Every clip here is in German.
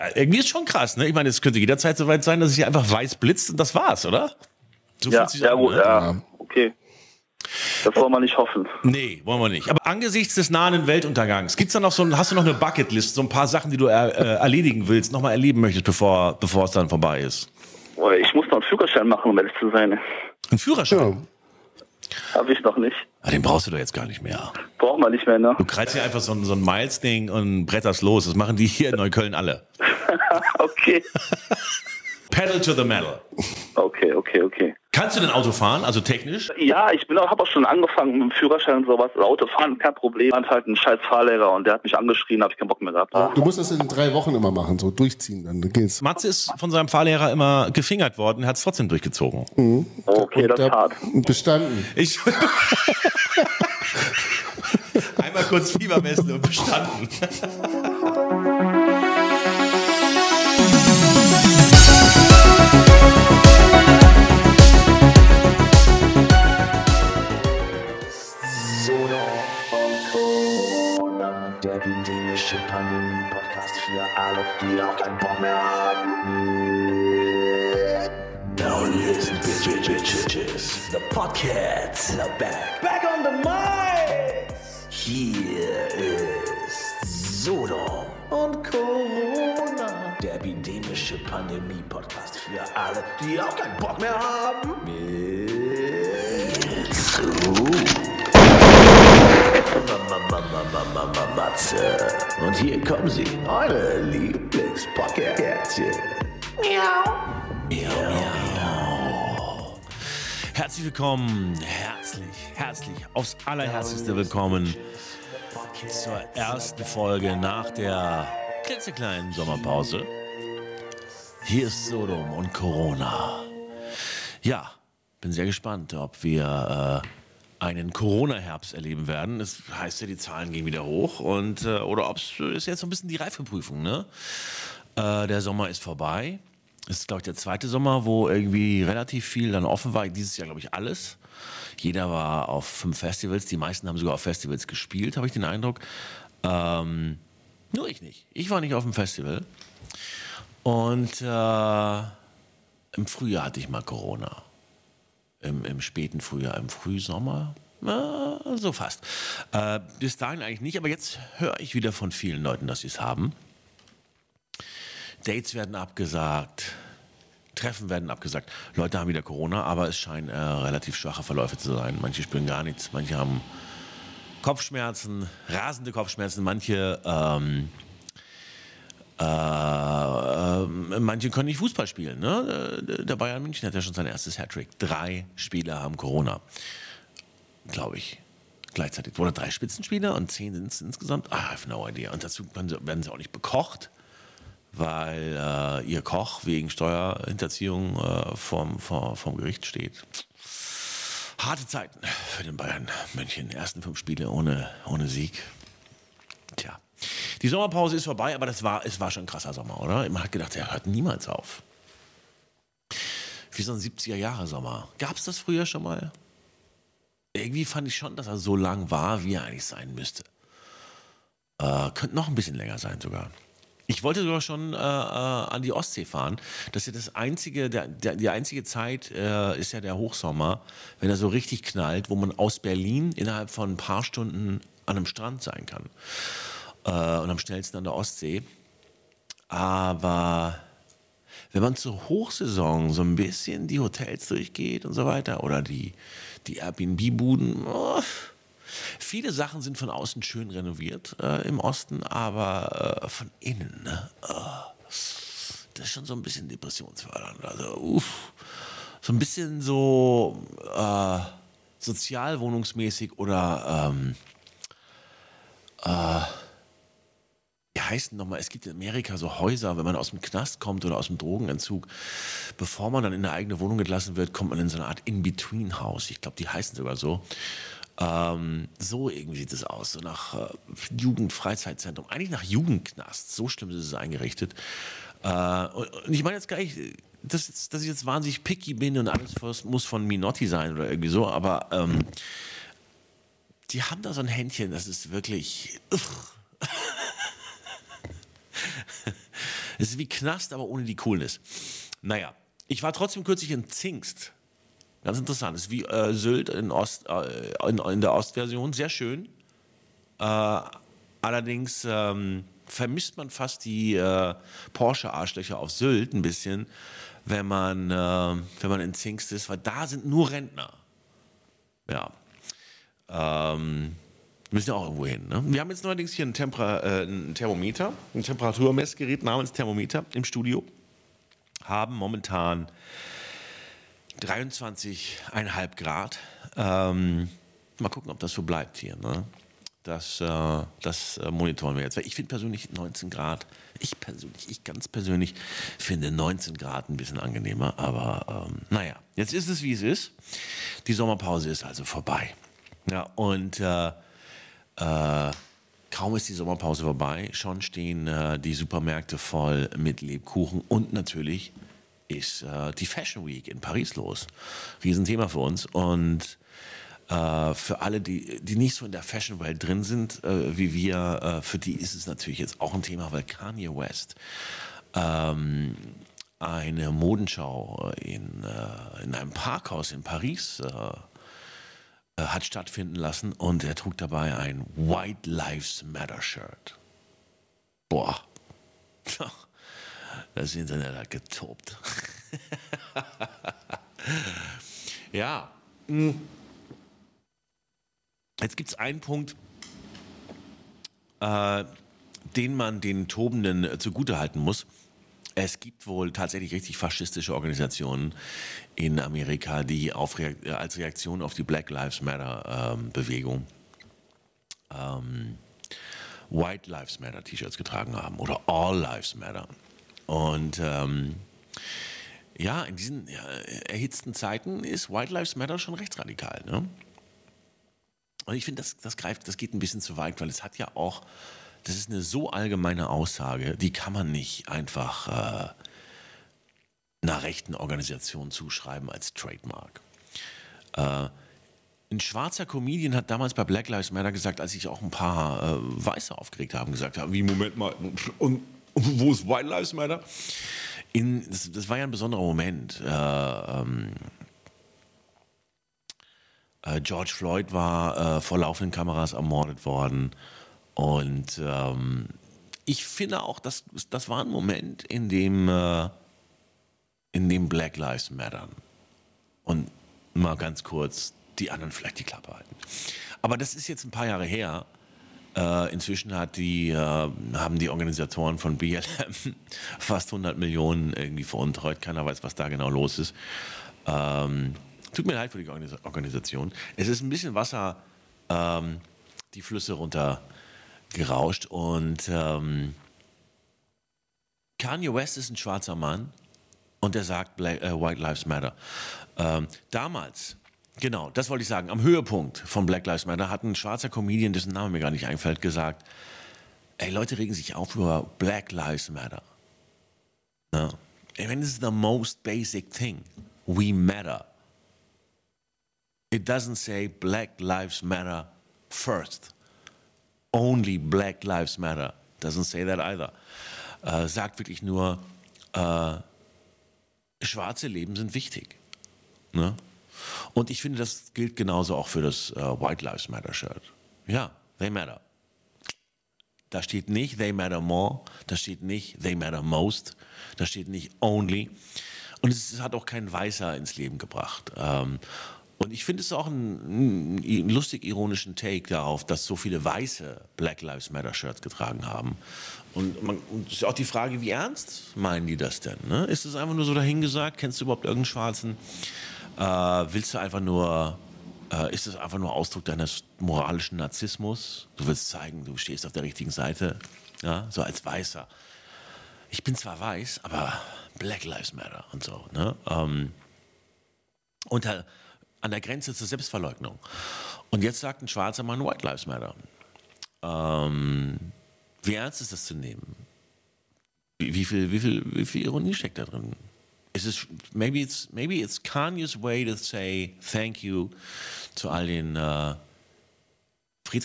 Irgendwie ist schon krass, ne? Ich meine, es könnte jederzeit so weit sein, dass es hier einfach weiß blitzt und das war's, oder? So Ja, fühlt sich an, gut, ne? ja, okay. Das wollen wir nicht hoffen. Nee, wollen wir nicht. Aber angesichts des nahenden Weltuntergangs, gibt's da noch hast du noch eine Bucketlist, so ein paar Sachen, die du erledigen willst, nochmal erleben möchtest, bevor es dann vorbei ist? Ich muss noch einen Führerschein machen, um ehrlich zu sein. Ein Führerschein? Habe ich noch nicht. Den brauchst du doch jetzt gar nicht mehr. Braucht man nicht mehr, ne? Du kreist hier einfach so ein Miles-Ding und bretterst los. Das machen die hier in Neukölln alle. Okay. Pedal to the metal. Okay. Kannst du denn Auto fahren, also technisch? Ja, habe auch schon angefangen mit dem Führerschein und sowas. Autofahren, kein Problem. Ich hatte halt einen scheiß Fahrlehrer und der hat mich angeschrien, habe ich keinen Bock mehr gehabt. Du musst das in 3 Wochen immer machen, so durchziehen, dann geht's. Matze ist von seinem Fahrlehrer immer gefingert worden, hat es trotzdem durchgezogen. Mhm. Okay, das ist hart. Bestanden. Einmal kurz Fieber messen und bestanden. Der epidemische Pandemie-Podcast für alle, die auch keinen Bock mehr haben. Now listen, bitches. The Podcasts are back. Back on the mic! Hier ist Sodom und Corona. Der epidemische Pandemie-Podcast für alle, die auch keinen Bock mehr haben. Mit Matze. Und hier kommen sie, eure Lieblingspodcastchen. Miau. Herzlich willkommen, herzlich, aufs allerherzlichste willkommen zur ersten Folge nach der klitzekleinen Sommerpause. Hier ist Sodom und Corona. Ja, bin sehr gespannt, ob wir einen Corona-Herbst erleben werden. Das heißt ja, die Zahlen gehen wieder hoch und oder ob es ist jetzt so ein bisschen die Reifeprüfung, ne? Der Sommer ist vorbei. Es ist, glaube ich, der zweite Sommer, wo irgendwie relativ viel dann offen war. Dieses Jahr, glaube ich, alles. Jeder war auf 5 Festivals. Die meisten haben sogar auf Festivals gespielt, habe ich den Eindruck. Nur ich nicht. Ich war nicht auf dem Festival. Und im Frühjahr hatte ich mal Corona. Im späten Frühjahr, im Frühsommer, so fast. Bis dahin eigentlich nicht, aber jetzt höre ich wieder von vielen Leuten, dass sie es haben. Dates werden abgesagt, Treffen werden abgesagt. Leute haben wieder Corona, aber es scheinen relativ schwache Verläufe zu sein. Manche spüren gar nichts, manche haben Kopfschmerzen, rasende Kopfschmerzen, manche können nicht Fußball spielen. Ne? Der Bayern München hat ja schon sein erstes Hattrick. 3 Spieler haben Corona. Glaube ich. Gleichzeitig. Oder 3 Spitzenspieler und 10 sind es insgesamt. I have no idea. Und dazu werden sie auch nicht bekocht, weil ihr Koch wegen Steuerhinterziehung vorm Gericht steht. Harte Zeiten für den Bayern München. Ersten 5 Spiele ohne Sieg. Tja. Die Sommerpause ist vorbei, aber es war schon ein krasser Sommer, oder? Man hat gedacht, der hört niemals auf. Wie so ein 70er-Jahre-Sommer. Gab es das früher schon mal? Irgendwie fand ich schon, dass er so lang war, wie er eigentlich sein müsste. Könnte noch ein bisschen länger sein sogar. Ich wollte sogar schon an die Ostsee fahren. Das ist ja das einzige, die einzige Zeit ist ja der Hochsommer, wenn er so richtig knallt, wo man aus Berlin innerhalb von ein paar Stunden an einem Strand sein kann. Und am schnellsten an der Ostsee. Aber wenn man zur Hochsaison so ein bisschen die Hotels durchgeht und so weiter oder die Airbnb-Buden, viele Sachen sind von außen schön renoviert im Osten, aber von innen, ne? Das ist schon so ein bisschen depressionsfördernd. Also, so ein bisschen so sozialwohnungsmäßig oder wie heißt denn nochmal, es gibt in Amerika so Häuser, wenn man aus dem Knast kommt oder aus dem Drogenentzug, bevor man dann in eine eigene Wohnung entlassen wird, kommt man in so eine Art In-Between-Haus. Ich glaube, die heißen sogar so. So irgendwie sieht es aus, so nach Jugendfreizeitzentrum, eigentlich nach Jugendknast. So schlimm ist es eingerichtet. Und ich meine jetzt gar nicht, dass ich jetzt wahnsinnig picky bin und alles muss von Minotti sein oder irgendwie so, aber die haben da so ein Händchen, das ist wirklich... Es ist wie Knast, aber ohne die Coolness. Naja, ich war trotzdem kürzlich in Zingst. Ganz interessant. Es ist wie Sylt in der Ostversion. Sehr schön. Allerdings vermisst man fast die Porsche-Arschlöcher auf Sylt ein bisschen, wenn man in Zingst ist, weil da sind nur Rentner. Ja. Müssen ja auch irgendwo hin. Ne? Wir haben jetzt neuerdings hier ein Thermometer, ein Temperaturmessgerät namens Thermometer im Studio. Haben momentan 23,5 Grad. Mal gucken, ob das so bleibt hier. Ne? Das monitoren wir jetzt. Ich finde persönlich 19 Grad, ich ganz persönlich finde 19 Grad ein bisschen angenehmer. Aber naja, jetzt ist es, wie es ist. Die Sommerpause ist also vorbei. Ja, und kaum ist die Sommerpause vorbei, schon stehen die Supermärkte voll mit Lebkuchen und natürlich ist die Fashion Week in Paris los. Riesenthema für uns und für alle, die nicht so in der Fashion-Welt drin sind wie wir, für die ist es natürlich jetzt auch ein Thema, weil Kanye West eine Modenschau in einem Parkhaus in Paris hat stattfinden lassen und er trug dabei ein White Lives Matter Shirt. Boah, das Internet hat getobt. Ja, jetzt gibt es einen Punkt, den man den Tobenden zugutehalten muss. Es gibt wohl tatsächlich richtig faschistische Organisationen in Amerika, die als Reaktion auf die Black Lives Matter Bewegung White Lives Matter T-Shirts getragen haben oder All Lives Matter. Und ja, in diesen erhitzten Zeiten ist White Lives Matter schon rechtsradikal. Ne? Und ich finde, das geht ein bisschen zu weit, weil es hat ja auch, das ist eine so allgemeine Aussage, die kann man nicht einfach einer rechten Organisation zuschreiben als Trademark. Ein schwarzer Comedian hat damals bei Black Lives Matter gesagt, als sich auch ein paar Weiße aufgeregt haben, gesagt haben, wie, Moment mal, und wo ist White Lives Matter? Das war ja ein besonderer Moment. George Floyd war vor laufenden Kameras ermordet worden. Und ich finde auch, das war ein Moment, in dem Black Lives Matter. Und mal ganz kurz, die anderen vielleicht die Klappe halten. Aber das ist jetzt ein paar Jahre her. Inzwischen haben die Organisatoren von BLM fast 100 Millionen irgendwie veruntreut. Keiner weiß, was da genau los ist. Tut mir leid für die Organisation. Es ist ein bisschen Wasser die Flüsse runter gerauscht und Kanye West ist ein schwarzer Mann und er sagt White Lives Matter. Damals, genau, das wollte ich sagen, am Höhepunkt von Black Lives Matter hat ein schwarzer Comedian, dessen Name mir gar nicht einfällt, gesagt, ey, Leute regen sich auf über Black Lives Matter. No. I mean, this is the most basic thing. We matter. It doesn't say Black Lives Matter first. Only Black Lives Matter. Doesn't say that either. Sagt wirklich nur, schwarze Leben sind wichtig. Ne? Und ich finde, das gilt genauso auch für das White Lives Matter Shirt. Ja, they matter. Da steht nicht they matter more, da steht nicht they matter most, da steht nicht only. Und es hat auch kein Weißer ins Leben gebracht. Und ich finde es auch einen lustig-ironischen Take darauf, dass so viele Weiße Black Lives Matter Shirts getragen haben. Und es ist auch die Frage, wie ernst meinen die das denn? Ne? Ist es einfach nur so dahingesagt? Kennst du überhaupt irgendeinen Schwarzen? Willst du einfach nur, ist es einfach nur Ausdruck deines moralischen Narzissmus? Du willst zeigen, du stehst auf der richtigen Seite, ja? So als Weißer. Ich bin zwar weiß, aber Black Lives Matter und so. Ne? An der Grenze zur Selbstverleugnung. Und jetzt sagt ein schwarzer Mann White Lives Matter. Wie ernst ist das zu nehmen? Wie viel Ironie steckt da drin? Maybe it's Kanye's way to say thank you zu all den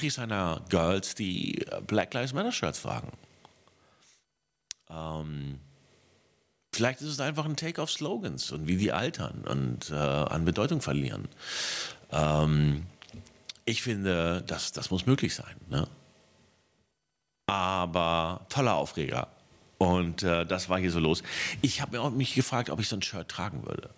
Friedrichshainer Girls, die Black Lives Matter Shirts tragen. Vielleicht ist es einfach ein Take auf Slogans und wie die altern und an Bedeutung verlieren. Ich finde, das muss möglich sein. Ne? Aber toller Aufreger. Und das war hier so los. Ich habe mich gefragt, ob ich so ein Shirt tragen würde.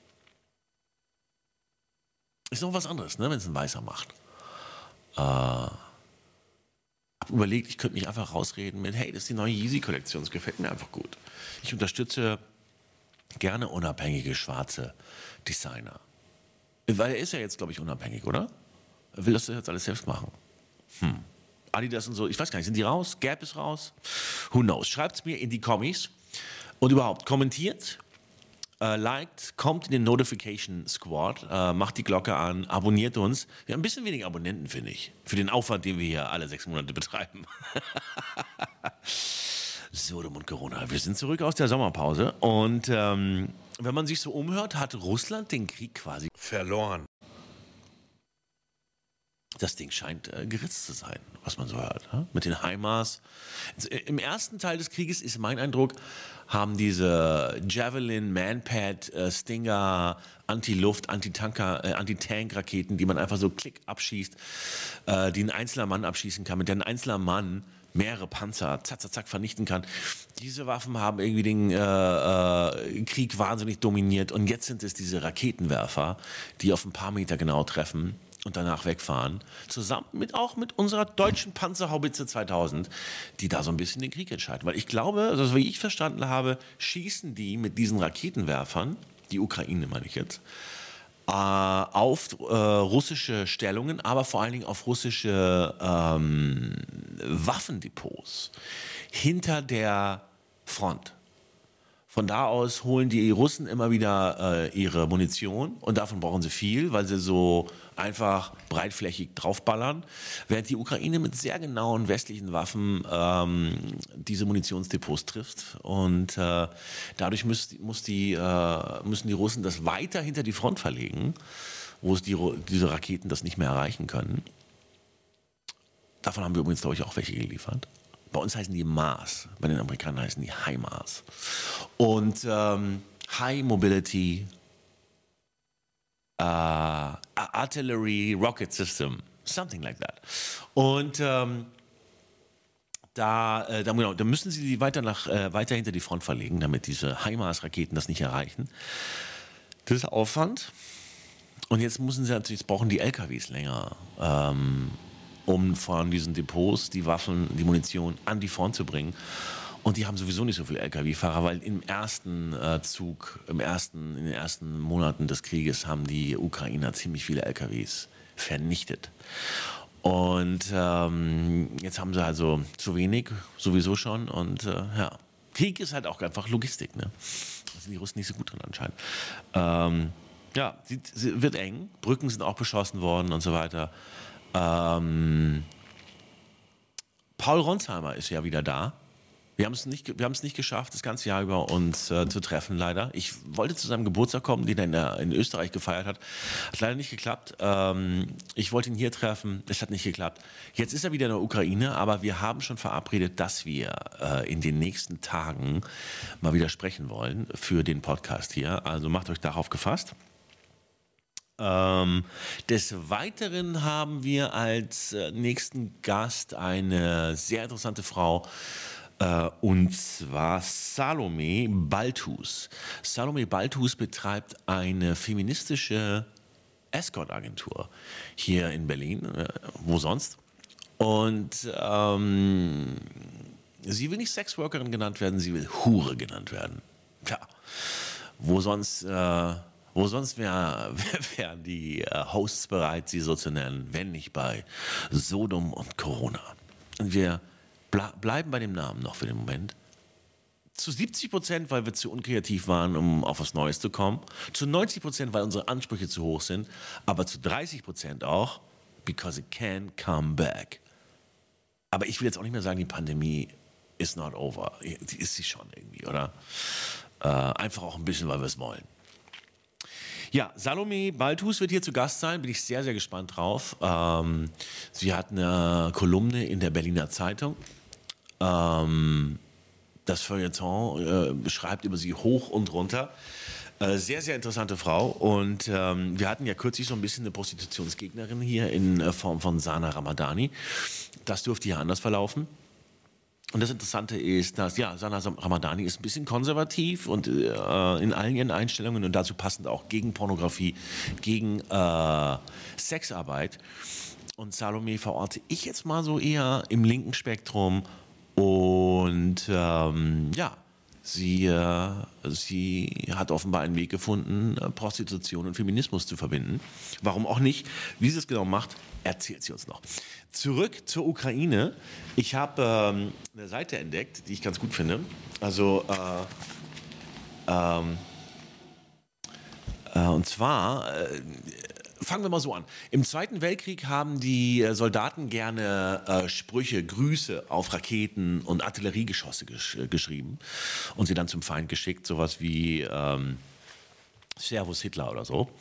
Ist noch was anderes, ne, wenn es ein Weißer macht. Habe überlegt, ich könnte mich einfach rausreden mit, hey, das ist die neue Yeezy-Kollektion, das gefällt mir einfach gut. Ich unterstütze gerne unabhängige schwarze Designer. Weil er ist ja jetzt, glaube ich, unabhängig, oder? Er will das jetzt alles selbst machen. Adidas und so, ich weiß gar nicht, sind die raus? Gap ist raus? Who knows? Schreibt's mir in die Kommis und überhaupt kommentiert, liked, kommt in den Notification Squad, macht die Glocke an, abonniert uns. Wir haben ein bisschen weniger Abonnenten, finde ich, für den Aufwand, den wir hier alle 6 Monate betreiben. Sodom und Corona. Wir sind zurück aus der Sommerpause und wenn man sich so umhört, hat Russland den Krieg quasi verloren. Das Ding scheint geritzt zu sein, was man so hört. Mit den HIMARS. Im ersten Teil des Krieges ist mein Eindruck, haben diese Javelin, Manpad, Stinger, Anti-Luft, Anti-Tank-Raketen, die man einfach so klick abschießt, die ein einzelner Mann abschießen kann, mit der ein einzelner Mann mehrere Panzer zack, zack, zack vernichten kann. Diese Waffen haben irgendwie den Krieg wahnsinnig dominiert und jetzt sind es diese Raketenwerfer, die auf ein paar Meter genau treffen und danach wegfahren, zusammen auch mit unserer deutschen Panzerhaubitze 2000, die da so ein bisschen den Krieg entscheiden. Weil ich glaube, also wie ich verstanden habe, schießen die mit diesen Raketenwerfern, die Ukraine meine ich jetzt, auf russische Stellungen, aber vor allen Dingen auf russische Waffendepots hinter der Front. Von da aus holen die Russen immer wieder ihre Munition und davon brauchen sie viel, weil sie so einfach breitflächig draufballern, während die Ukraine mit sehr genauen westlichen Waffen diese Munitionsdepots trifft und dadurch müssen die Russen das weiter hinter die Front verlegen, wo diese Raketen das nicht mehr erreichen können. Davon haben wir übrigens, glaube ich, auch welche geliefert. Bei uns heißen die MARS, bei den Amerikanern heißen die HIMARS. Und High Mobility Artillery Rocket System, something like that. Und da müssen sie die weiter hinter die Front verlegen, damit diese HIMARS-Raketen das nicht erreichen. Das ist Aufwand. Und jetzt brauchen die LKWs länger. Um von diesen Depots die Waffen, die Munition an die Front zu bringen. Und die haben sowieso nicht so viele LKW-Fahrer, weil im ersten Zug, in den ersten Monaten des Krieges haben die Ukrainer ziemlich viele LKWs vernichtet. Und jetzt haben sie also zu wenig, sowieso schon. Und ja, Krieg ist halt auch einfach Logistik. Ne? Da sind die Russen nicht so gut drin anscheinend. Ja, sie wird eng. Brücken sind auch beschossen worden und so weiter. Paul Ronsheimer ist ja wieder da. Wir haben es nicht geschafft, das ganze Jahr über uns zu treffen, leider. Ich wollte zu seinem Geburtstag kommen, den er in Österreich gefeiert hat. Hat leider nicht geklappt. Ich wollte ihn hier treffen, es hat nicht geklappt. Jetzt ist er wieder in der Ukraine, aber wir haben schon verabredet, dass wir in den nächsten Tagen mal wieder sprechen wollen für den Podcast hier. Also macht euch darauf gefasst. Des Weiteren haben wir als nächsten Gast eine sehr interessante Frau, und zwar Salome Balthus. Salome Balthus betreibt eine feministische Escort-Agentur hier in Berlin, wo sonst. Und sie will nicht Sexworkerin genannt werden, sie will Hure genannt werden. Tja, wo sonst wären die Hosts bereit, sie so zu nennen, wenn nicht bei Sodom und Corona. Und wir bleiben bei dem Namen noch für den Moment. Zu 70%, weil wir zu unkreativ waren, um auf was Neues zu kommen. Zu 90%, weil unsere Ansprüche zu hoch sind. Aber zu 30% auch, because it can come back. Aber ich will jetzt auch nicht mehr sagen, die Pandemie is not over. Die ist sie schon irgendwie, oder? Einfach auch ein bisschen, weil wir es wollen. Ja, Salome Balthus wird hier zu Gast sein, bin ich sehr, sehr gespannt drauf. Sie hat eine Kolumne in der Berliner Zeitung. Da Das Feuilleton beschreibt über sie hoch und runter. Sehr, sehr interessante Frau. Und wir hatten ja kürzlich so ein bisschen eine Prostitutionsgegnerin hier in Form von Sana Ramadani. Das dürfte hier anders verlaufen. Und das Interessante ist, dass Sana Ramadani ist ein bisschen konservativ und in allen ihren Einstellungen und dazu passend auch gegen Pornografie, gegen Sexarbeit. Und Salome verorte ich jetzt mal so eher im linken Spektrum. Und sie hat offenbar einen Weg gefunden, Prostitution und Feminismus zu verbinden. Warum auch nicht? Wie sie es genau macht, erzählt sie uns noch. Zurück zur Ukraine. Ich habe eine Seite entdeckt, die ich ganz gut finde. Also, und zwar fangen wir mal so an. Im Zweiten Weltkrieg haben die Soldaten gerne Sprüche, Grüße auf Raketen und Artilleriegeschosse geschrieben und sie dann zum Feind geschickt, sowas wie Servus Hitler oder so.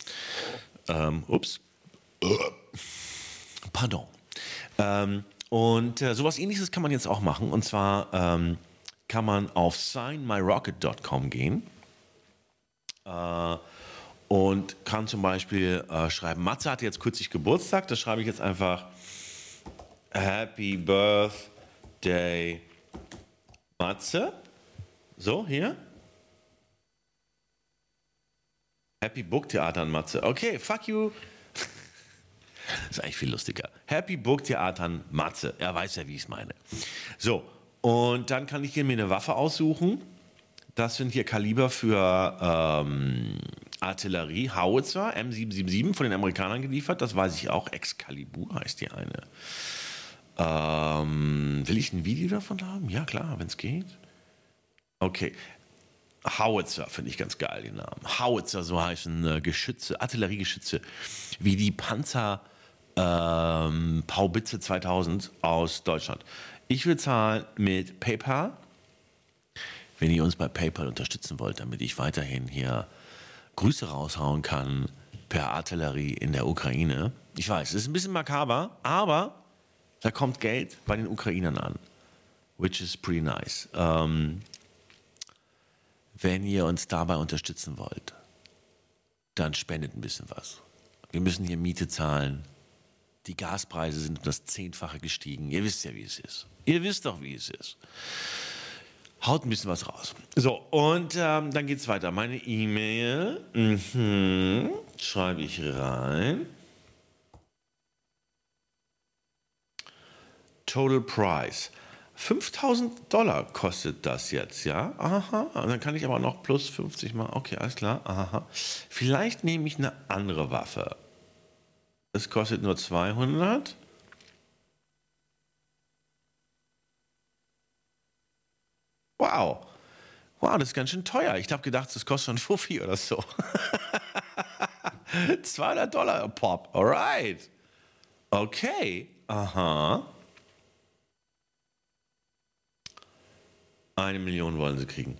Pardon. Und sowas Ähnliches kann man jetzt auch machen. Und zwar kann man auf signmyrocket.com gehen und kann zum Beispiel schreiben, Matze hatte jetzt kürzlich Geburtstag, da schreibe ich jetzt einfach Happy Birthday Matze. So, hier. Happy Book Theater an Matze. Okay, fuck you. Das ist eigentlich viel lustiger. Happy Book Theater an Matze. Er weiß ja, wie ich es meine. So, und dann kann ich hier mir eine Waffe aussuchen. Das sind hier Kaliber für Artillerie, Howitzer, M777 von den Amerikanern geliefert. Das weiß ich auch. Excalibur heißt die eine. Will ich ein Video davon haben? Ja, klar, wenn es geht. Okay. Howitzer finde ich ganz geil, den Namen. Howitzer, so heißen Geschütze, Artilleriegeschütze, wie die Panzer Paubitze 2000 aus Deutschland. Ich will zahlen mit PayPal. Wenn ihr uns bei PayPal unterstützen wollt, damit ich weiterhin hier Grüße raushauen kann per Artillerie in der Ukraine. Ich weiß, es ist ein bisschen makaber, aber da kommt Geld bei den Ukrainern an. Which is pretty nice. Wenn ihr uns dabei unterstützen wollt, dann spendet ein bisschen was. Wir müssen hier Miete zahlen. Die Gaspreise sind um das 10-fache gestiegen. Ihr wisst ja, wie es ist. Ihr wisst doch, wie es ist. Haut ein bisschen was raus. So, und dann geht's weiter. Meine E-Mail schreibe ich rein. Total Price. $5.000 kostet das jetzt, ja? Aha. Und dann kann ich aber noch plus 50 machen. Okay, alles klar. Aha. Vielleicht nehme ich eine andere Waffe. Das kostet nur 200. Wow. Wow, das ist ganz schön teuer. Ich habe gedacht, das kostet schon Fuffi oder so. $200 a Pop. Alright. Okay. Aha. 1 Million wollen sie kriegen.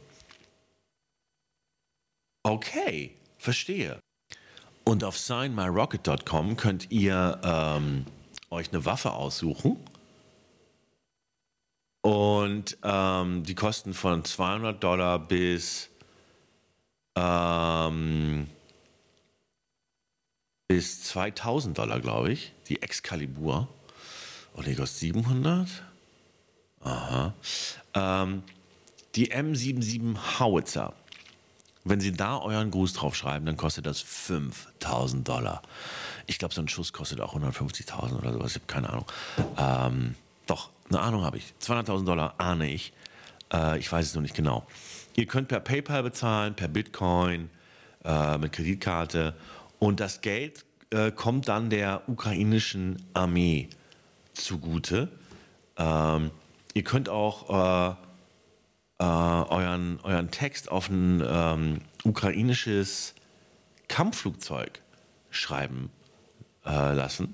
Okay, verstehe. Und auf signmyrocket.com könnt ihr euch eine Waffe aussuchen. Und die kosten von $200 bis $2.000, glaube ich. Die Excalibur. Und die kostet 700. Aha. Die M77 Howitzer. Wenn Sie da euren Gruß draufschreiben, dann kostet das $5.000. Ich glaube, so ein Schuss kostet auch 150.000 oder sowas. Ich habe keine Ahnung. Doch, eine Ahnung habe ich. $200.000 ahne ich. Ich weiß es noch nicht genau. Ihr könnt per PayPal bezahlen, per Bitcoin, mit Kreditkarte. Und das Geld kommt dann der ukrainischen Armee zugute. Ihr könnt auch euren Text auf ein ukrainisches Kampfflugzeug schreiben lassen.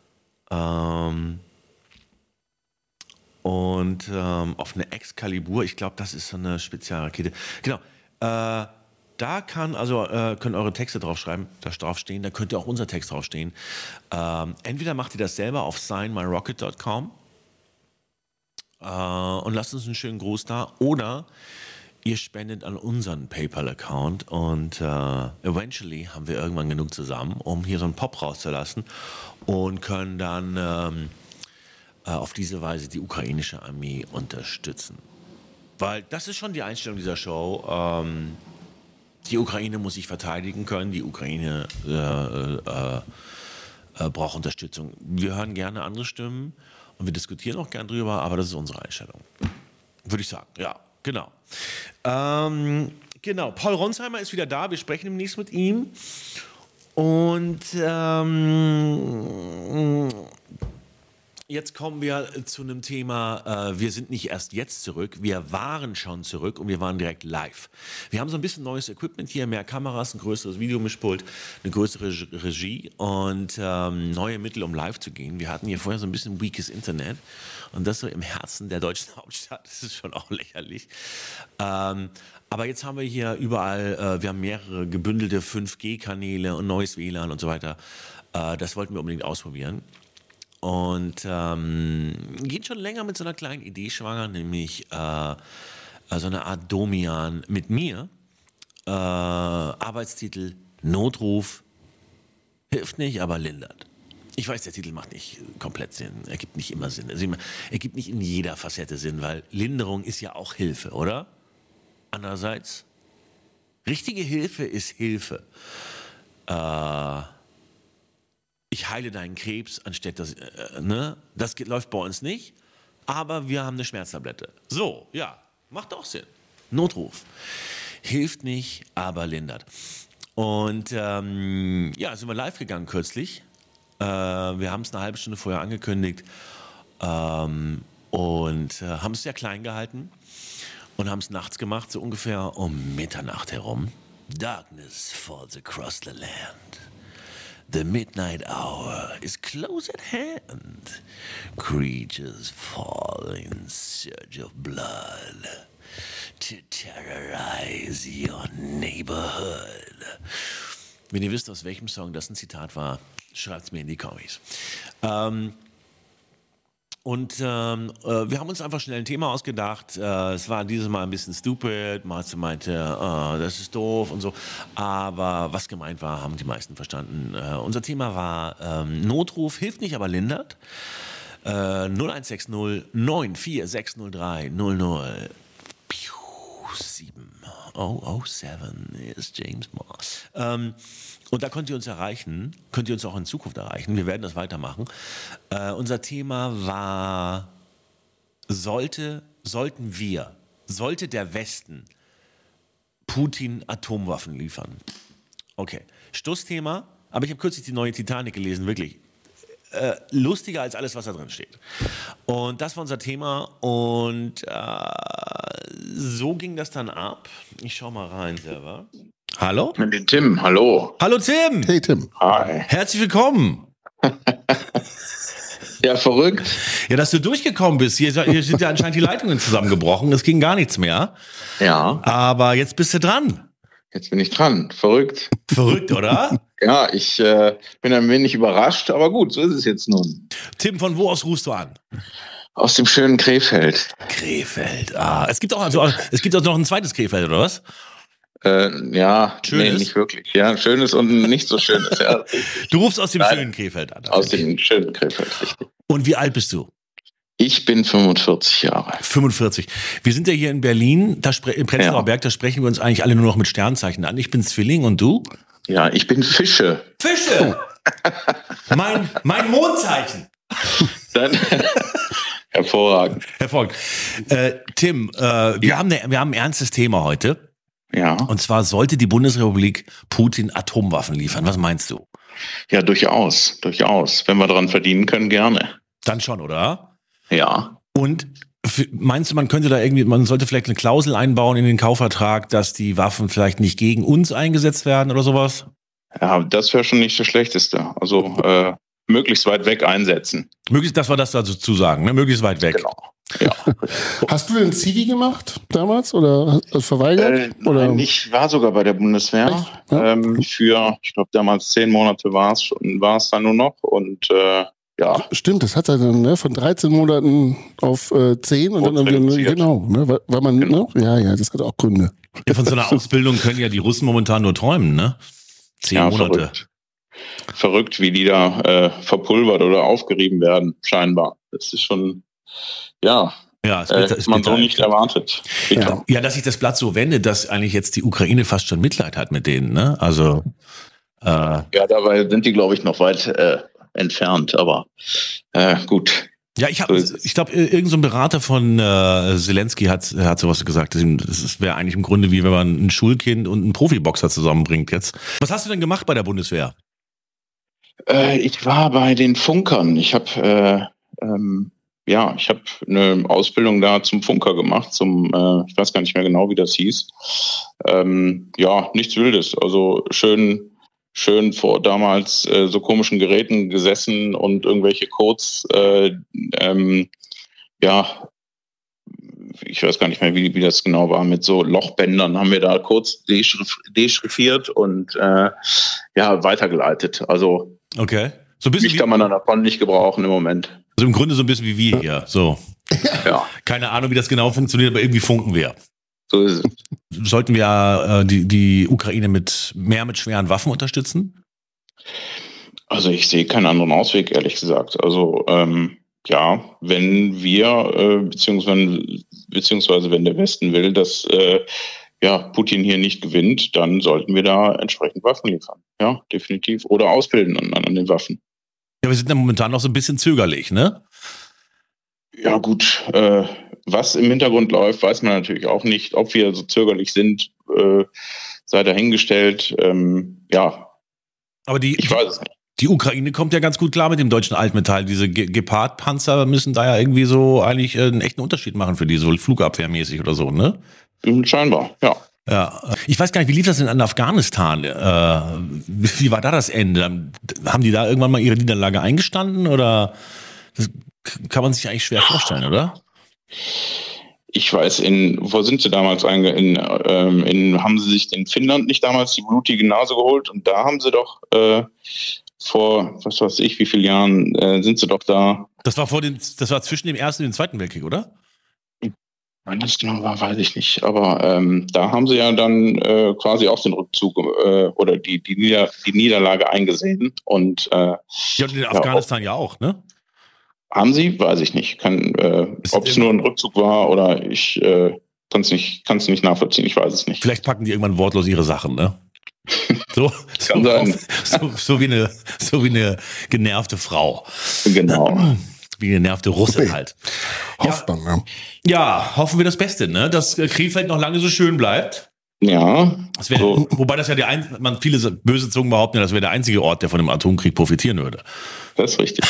Und auf eine Excalibur, ich glaube, das ist so eine Spezialrakete. Genau. Da können eure Texte draufschreiben, da draufstehen, da könnte auch unser Text draufstehen. Entweder macht ihr das selber auf signmyrocket.com und lasst uns einen schönen Gruß da. Oder ihr spendet an unseren PayPal-Account und eventually haben wir irgendwann genug zusammen, um hier so einen Pop rauszulassen und können dann auf diese Weise die ukrainische Armee unterstützen. Weil das ist schon die Einstellung dieser Show. Die Ukraine muss sich verteidigen können, die Ukraine braucht Unterstützung. Wir hören gerne andere Stimmen und wir diskutieren auch gern drüber, aber das ist unsere Einstellung. Würde ich sagen, ja, genau. Genau, Paul Ronsheimer ist wieder da, wir sprechen demnächst mit ihm. Und jetzt kommen wir zu einem Thema, wir sind nicht erst jetzt zurück, wir waren schon zurück und wir waren direkt live. Wir haben so ein bisschen neues Equipment hier, mehr Kameras, ein größeres Videomischpult, eine größere Regie und neue Mittel, um live zu gehen. Wir hatten hier vorher so ein bisschen weakes Internet und das so im Herzen der deutschen Hauptstadt, das ist schon auch lächerlich. Aber jetzt haben wir hier überall, wir haben mehrere gebündelte 5G-Kanäle und neues WLAN und so weiter. Das wollten wir unbedingt ausprobieren. Und gehen schon länger mit so einer kleinen Idee schwanger, nämlich so eine Art Domian mit mir. Arbeitstitel Notruf, hilft nicht, aber lindert. Ich weiß, der Titel macht nicht komplett Sinn, er gibt nicht immer Sinn. Also er gibt nicht in jeder Facette Sinn, weil Linderung ist ja auch Hilfe, oder? Andererseits, richtige Hilfe ist Hilfe. Ich heile deinen Krebs, anstatt das, ne? Das läuft bei uns nicht, aber wir haben eine Schmerztablette. So, ja, macht auch Sinn. Notruf. Hilft nicht, aber lindert. Und ja, sind wir live gegangen kürzlich. Wir haben es eine halbe Stunde vorher angekündigt und haben es sehr klein gehalten und haben es nachts gemacht, so ungefähr um Mitternacht herum. Darkness falls across the land. The midnight hour is close at hand. Creatures fall in search of blood to terrorize your neighborhood. Wenn ihr wisst, aus welchem Song das ein Zitat war, schreibt es mir in die Kommis. Wir haben uns einfach schnell ein Thema ausgedacht. Es war dieses Mal ein bisschen stupid. Marze meinte, das ist doof und so. Aber was gemeint war, haben die meisten verstanden. Unser Thema war Notruf, hilft nicht, aber lindert. 0160 94603 00 7007 ist James Moore. Und da könnt ihr uns erreichen, könnt ihr uns auch in Zukunft erreichen. Wir werden das weitermachen. Unser Thema war, sollte der Westen Putin Atomwaffen liefern? Okay, Stoßthema, aber ich habe kürzlich die neue Titanic gelesen, wirklich. Lustiger als alles, was da drin steht. Und das war unser Thema und so ging das dann ab. Ich schau mal rein selber. Hallo? Mit dem Tim, hallo. Hallo Tim. Hey Tim. Hi. Herzlich willkommen. Ja, verrückt. Ja, dass du durchgekommen bist. Hier sind ja anscheinend die Leitungen zusammengebrochen. Es ging gar nichts mehr. Ja. Aber jetzt bist du dran. Jetzt bin ich dran. Verrückt. Verrückt, oder? Ja, ich bin ein wenig überrascht, aber gut, so ist es jetzt nun. Tim, von wo aus rufst du an? Aus dem schönen Krefeld. Krefeld. Es gibt auch noch ein zweites Krefeld, oder was? Ja, schönes? Nee, nicht wirklich. Ja, schönes und nicht so schönes. Ja. Du rufst aus dem schönen Krefeld an. Aus dem schönen Krefeld, richtig. Und wie alt bist du? Ich bin 45 Jahre. 45. Wir sind ja hier in Berlin, im Prenzlauer Berg, da sprechen wir uns eigentlich alle nur noch mit Sternzeichen an. Ich bin Zwilling und du? Ja, ich bin Fische. Fische! mein Mondzeichen. Dann hervorragend. Hervorragend. Tim, wir haben ein ernstes Thema heute. Ja. Und zwar sollte die Bundesrepublik Putin Atomwaffen liefern. Was meinst du? Ja, durchaus. Durchaus. Wenn wir daran verdienen können, gerne. Dann schon, oder? Ja. Und meinst du, man sollte vielleicht eine Klausel einbauen in den Kaufvertrag, dass die Waffen vielleicht nicht gegen uns eingesetzt werden oder sowas? Ja, das wäre schon nicht das Schlechteste. Also möglichst weit weg einsetzen. Das war das dazu sagen, ne? Möglichst weit weg. Genau. Ja. Hast du den Zivi gemacht damals oder verweigert? Nein, ich war sogar bei der Bundeswehr. Ja. Für, ich glaube, damals 10 Monate war es dann nur noch. Und ja. Stimmt, das hat er dann, ne, von 13 Monaten auf 10 und dann irgendwie, genau, ne, weil man, ne, ja, das hat auch Gründe. Ja, von so einer Ausbildung können ja die Russen momentan nur träumen, ne? 10 Monate. Verrückt, wie die da verpulvert oder aufgerieben werden, scheinbar. Das ist schon, ist man so nicht erwartet. Ja, dass sich das Blatt so wendet, dass eigentlich jetzt die Ukraine fast schon Mitleid hat mit denen, ne? Also dabei sind die, glaube ich, noch weit entfernt, aber gut. Ja, ich glaube, irgend so ein Berater von Zelensky hat sowas gesagt. Das wäre eigentlich im Grunde wie wenn man ein Schulkind und einen Profiboxer zusammenbringt jetzt. Was hast du denn gemacht bei der Bundeswehr? Ich war bei den Funkern. Ich habe eine Ausbildung da zum Funker gemacht, ich weiß gar nicht mehr genau, wie das hieß. Nichts Wildes. Also schön vor damals so komischen Geräten gesessen und irgendwelche Codes, ich weiß gar nicht mehr, wie das genau war, mit so Lochbändern haben wir da kurz dechiffriert und weitergeleitet. Also okay. So ein bisschen kann man davon nicht gebrauchen im Moment. Also im Grunde so ein bisschen wie wir hier. So. Ja. Keine Ahnung, wie das genau funktioniert, aber irgendwie funken wir. So ist es. Sollten wir die Ukraine mit schweren Waffen unterstützen? Also ich sehe keinen anderen Ausweg, ehrlich gesagt. Also wenn wir, beziehungsweise wenn der Westen will, dass Putin hier nicht gewinnt, dann sollten wir da entsprechend Waffen liefern. Ja, definitiv. Oder ausbilden an den Waffen. Ja, wir sind ja momentan noch so ein bisschen zögerlich, ne? Ja gut, was im Hintergrund läuft, weiß man natürlich auch nicht. Ob wir so zögerlich sind, sei dahingestellt. Aber ich weiß es nicht. Die Ukraine kommt ja ganz gut klar mit dem deutschen Altmetall. Diese Gepard-Panzer müssen da ja irgendwie so eigentlich einen echten Unterschied machen für die, so flugabwehrmäßig oder so, ne? Scheinbar, ja. Ja, ich weiß gar nicht, wie lief das denn in Afghanistan? Wie war da das Ende? Haben die da irgendwann mal ihre Niederlage eingestanden oder das kann man sich eigentlich schwer vorstellen, oder? Ich weiß, wo sind sie damals haben sie sich in Finnland nicht damals die blutige Nase geholt und da haben sie doch vor, was weiß ich, wie vielen Jahren sind sie doch da. Das war zwischen dem Ersten und dem Zweiten Weltkrieg, oder? Wann das genau war, weiß ich nicht. Aber da haben sie ja dann quasi auch den Rückzug oder die Niederlage eingesehen. Und und in Afghanistan ja auch, ne? Haben sie? Weiß ich nicht. Ob es nur ein Rückzug war oder ich kann es nicht nachvollziehen. Ich weiß es nicht. Vielleicht packen die irgendwann wortlos ihre Sachen, ne? So wie eine genervte Frau. Genau. Wie eine genervte Russin halt. Hofft man, ne? Ja, hoffen wir das Beste, ne? Dass Krefeld noch lange so schön bleibt. Ja. Wobei das ja viele böse Zungen behaupten, das wäre der einzige Ort, der von dem Atomkrieg profitieren würde. Das ist richtig.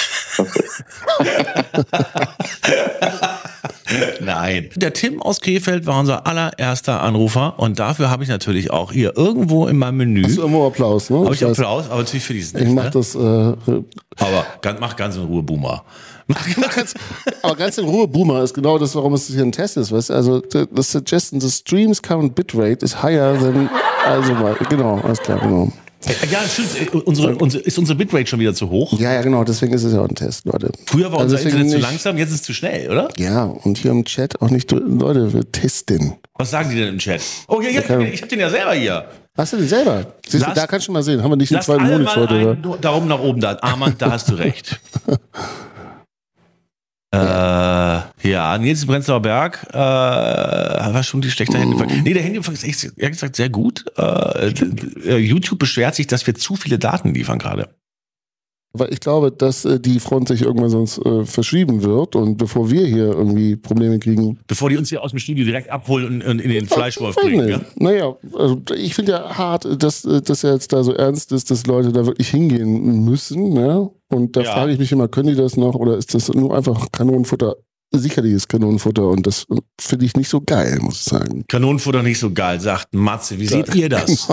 Nein. Der Tim aus Krefeld war unser allererster Anrufer und dafür habe ich natürlich auch hier irgendwo in meinem Menü. Hast du irgendwo Applaus, ne? Habe ich Applaus, aber natürlich für diesen nicht. Ich mach das. Aber mach ganz in Ruhe, Boomer. Aber ganz in Ruhe, Boomer ist genau das, warum es hier ein Test ist. Weißt? Also, the suggestion, the stream's current bitrate is higher than. Also mal, genau, alles klar, genau. Ja, stimmt. Ist unsere Bitrate schon wieder zu hoch? Ja, genau, deswegen ist es ja auch ein Test, Leute. Früher war unser Internet zu langsam, jetzt ist es zu schnell, oder? Ja, und hier im Chat auch nicht, Leute, wir testen. Was sagen die denn im Chat? Oh, ja, ich hab den ja selber hier. Hast du den selber? Siehst du, da kannst du mal sehen. Haben wir nicht einen zweiten Monitor heute? Daumen nach oben da. Armand, da hast du recht. Nils Prenzlauer Berg war schon die schlechte Handyempfang. Nee, der Handyempfang ist echt, ehrlich gesagt, sehr gut. YouTube beschwert sich, dass wir zu viele Daten liefern gerade. Weil ich glaube, dass die Front sich irgendwann sonst verschieben wird und bevor wir hier irgendwie Probleme kriegen. Bevor die uns hier aus dem Studio direkt abholen und in den Fleischwolf bringen. Ja? Naja, also ich finde ja hart, dass das jetzt da so ernst ist, dass Leute da wirklich hingehen müssen. Ne? Und da frage ich mich immer, können die das noch oder ist das nur einfach Kanonenfutter? Sicherlich ist Kanonenfutter und das finde ich nicht so geil, muss ich sagen. Kanonenfutter nicht so geil, sagt Matze. Wie seht ihr das?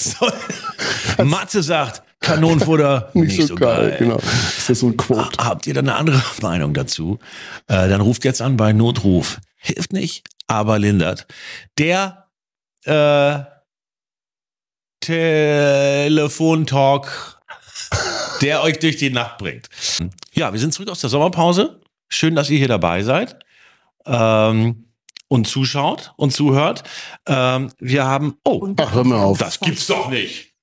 Matze sagt, Kanonenfutter nicht so geil. Genau. Ist das so ein Quote? Habt ihr da eine andere Meinung dazu? Dann ruft jetzt an bei Notruf. Hilft nicht, aber lindert. Der Telefontalk der euch durch die Nacht bringt. Ja, wir sind zurück aus der Sommerpause. Schön, dass ihr hier dabei seid und zuschaut und zuhört. Wir haben... Oh, ach, hör mal auf. Das gibt's doch nicht.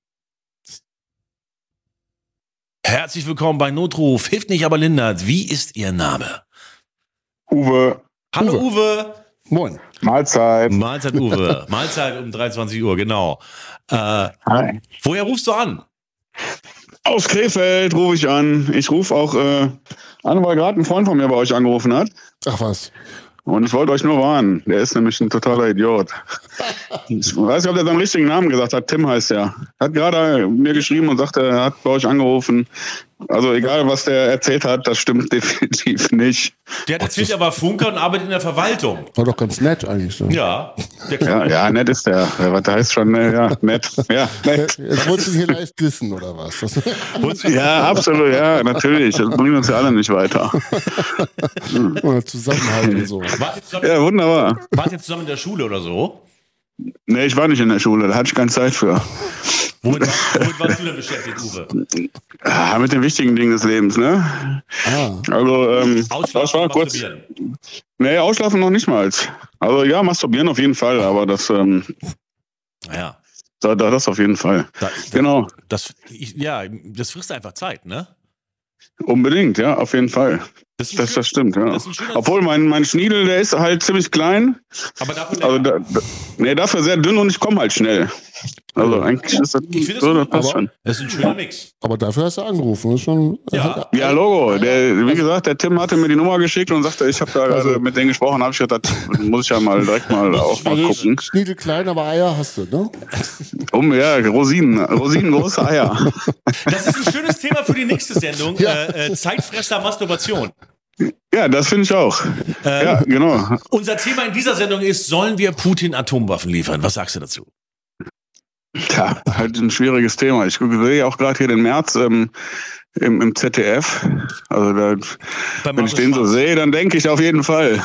Herzlich willkommen bei Notruf. Hilft nicht, aber lindert. Wie ist Ihr Name? Uwe. Hallo Uwe. Moin. Mahlzeit. Mahlzeit Uwe. Mahlzeit um 23 Uhr, genau. Hi. Woher rufst du an? Aus Krefeld rufe ich an. Ich rufe auch an, weil gerade ein Freund von mir bei euch angerufen hat. Ach was. Und ich wollte euch nur warnen. Der ist nämlich ein totaler Idiot. Ich weiß nicht, ob der seinen richtigen Namen gesagt hat. Tim heißt er. Hat gerade mir geschrieben und sagte, er hat bei euch angerufen. Also egal, was der erzählt hat, das stimmt definitiv nicht. Der hat erzählt, er war Funker und arbeitet in der Verwaltung. War doch ganz nett eigentlich. Ne? Ja. Der Ja, nett ist der. Was heißt schon, ja, nett. Ja, nett. Jetzt wolltest du hier leicht dissen, oder was? Ja, absolut, ja, natürlich. Das bringt uns ja alle nicht weiter. Oder Zusammenhalt und so. Ja, wunderbar. Wart ihr zusammen in der Schule oder so? Nee, ich war nicht in der Schule, da hatte ich keine Zeit für. Womit warst du denn beschäftigt, Uwe? Ja, mit den wichtigen Dingen des Lebens, ne? Also, das war kurz. Masturbieren. Nee, ausschlafen noch nicht mal. Also ja, masturbieren auf jeden Fall, aber das, Ja. das auf jeden Fall. Genau. Das frisst einfach Zeit, ne? Unbedingt, ja, auf jeden Fall. Das stimmt, ja. Obwohl mein Schniedel, der ist halt ziemlich klein. Aber dafür also dafür sehr dünn und ich komme halt schnell. Also eigentlich ist das so, das passt schon. Das ist ein schöner Mix. Aber dafür hast du angerufen. Das ist schon, Ja. Ja, Logo. Wie gesagt, der Tim hatte mir die Nummer geschickt und sagte, ich habe da gerade mit denen gesprochen, habe ich gedacht, das muss ich ja mal direkt mal auch mal gucken. Schniedel klein, aber Eier hast du, ne? Ja, Rosinen, große Eier. Das ist ein schönes Thema für die nächste Sendung. Ja. Zeitfresser Masturbation. Ja, das finde ich auch. Ja, genau. Unser Thema in dieser Sendung ist, sollen wir Putin Atomwaffen liefern? Was sagst du dazu? Ja, halt ein schwieriges Thema. Ich sehe auch gerade hier den März im ZDF. Also wenn ich den so sehe, dann denke ich auf jeden Fall.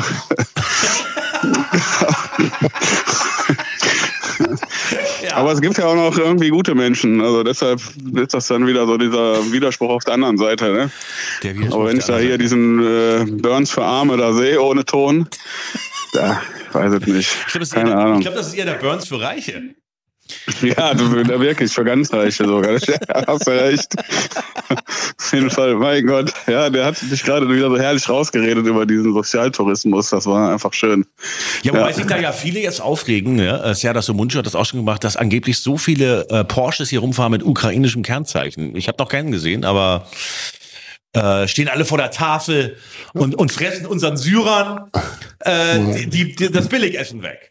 Ja. Aber es gibt ja auch noch irgendwie gute Menschen. Also deshalb ist das dann wieder so dieser Widerspruch auf der anderen Seite. Ne? Aber wenn ich da hier diesen Burns für Arme da sehe, ohne Ton, da weiß ich nicht. Keine Ahnung. Ich glaube, das ist eher der Burns für Reiche. Ja, wirklich, für ganz Reiche sogar. Ja, hast du recht. Auf jeden Fall, mein Gott. Ja, der hat sich gerade wieder so herrlich rausgeredet über diesen Sozialtourismus. Das war einfach schön. Ja, wobei sich da ja viele jetzt aufregen. Ja? Serdar Munch hat das auch schon gemacht, dass angeblich so viele Porsches hier rumfahren mit ukrainischem Kennzeichen. Ich habe noch keinen gesehen, aber stehen alle vor der Tafel und fressen unseren Syrern das Billigessen weg.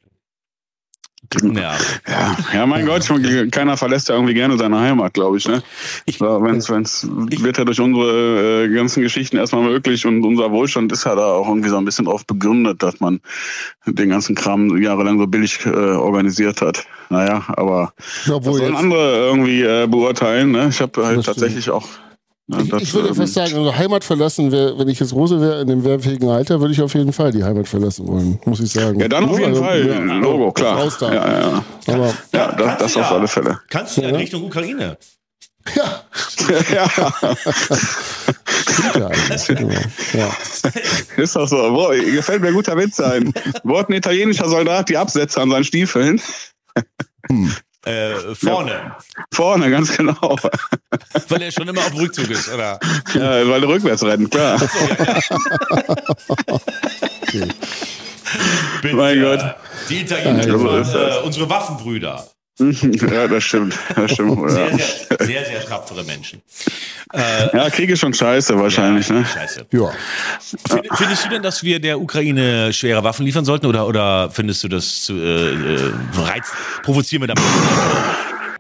Ja, mein Gott, keiner verlässt ja irgendwie gerne seine Heimat, glaube ich. Ne? Wird ja durch unsere ganzen Geschichten erstmal möglich und unser Wohlstand ist ja da auch irgendwie so ein bisschen drauf begründet, dass man den ganzen Kram jahrelang so billig organisiert hat. Naja, aber das sollen andere irgendwie beurteilen. Ne? Ich habe halt tatsächlich auch... Ich würde fast sagen, also Heimat verlassen, wenn ich jetzt Rose wäre in dem wehrfähigen Alter, würde ich auf jeden Fall die Heimat verlassen wollen, muss ich sagen. Ja, dann auf jeden Fall. Logo, klar. Ja. Aber das auf alle Fälle. Kannst du in Richtung Ukraine? Ja. Ja. Ist doch so. Boah, gefällt mir ein guter Witz ein. Wort ein italienischer Soldat die Absätze an seinen Stiefeln. Vorne. Ja. Vorne, ganz genau. Weil er schon immer auf Rückzug ist, oder? Ja, weil er rückwärts rennt, klar. Okay. Mein Gott. Die Italiener waren unsere Waffenbrüder. Ja, das stimmt. Sehr tapfere Menschen. Ja, Krieg ist schon scheiße wahrscheinlich. Ja, ne? Scheiße. Ja. Findest du denn, dass wir der Ukraine schwere Waffen liefern sollten oder findest du das zu provozieren wir damit?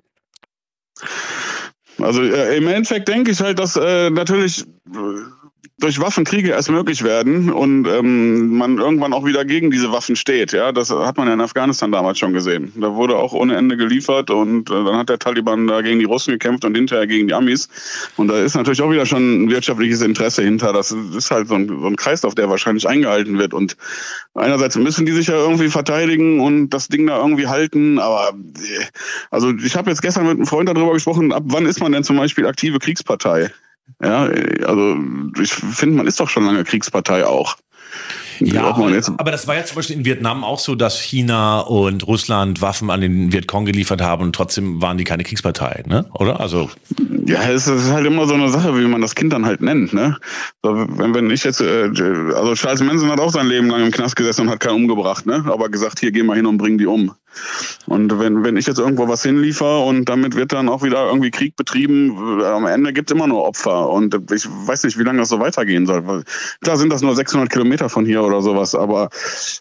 Also im Endeffekt denke ich halt, dass natürlich durch Waffenkriege erst möglich werden und man irgendwann auch wieder gegen diese Waffen steht. Ja, das hat man ja in Afghanistan damals schon gesehen. Da wurde auch ohne Ende geliefert und dann hat der Taliban da gegen die Russen gekämpft und hinterher gegen die Amis. Und da ist natürlich auch wieder schon ein wirtschaftliches Interesse hinter. Das ist halt so ein Kreislauf, der wahrscheinlich eingehalten wird. Und einerseits müssen die sich ja irgendwie verteidigen und das Ding da irgendwie halten. Aber also ich habe jetzt gestern mit einem Freund darüber gesprochen, ab wann ist man denn zum Beispiel aktive Kriegspartei? Ja, also ich finde, man ist doch schon lange Kriegspartei auch. Ja, aber das war ja zum Beispiel in Vietnam auch so, dass China und Russland Waffen an den Vietcong geliefert haben und trotzdem waren die keine Kriegspartei, ne? Oder? Also ja, es ist halt immer so eine Sache, wie man das Kind dann halt nennt, ne? So, wenn ich jetzt, also Charles Manson hat auch sein Leben lang im Knast gesessen und hat keinen umgebracht, ne? Aber gesagt, hier, geh mal hin und bring die um. Und wenn ich jetzt irgendwo was hinliefer und damit wird dann auch wieder irgendwie Krieg betrieben, am Ende gibt es immer nur Opfer. Und ich weiß nicht, wie lange das so weitergehen soll. Weil, klar sind das nur 600 Kilometer von hier oder sowas, aber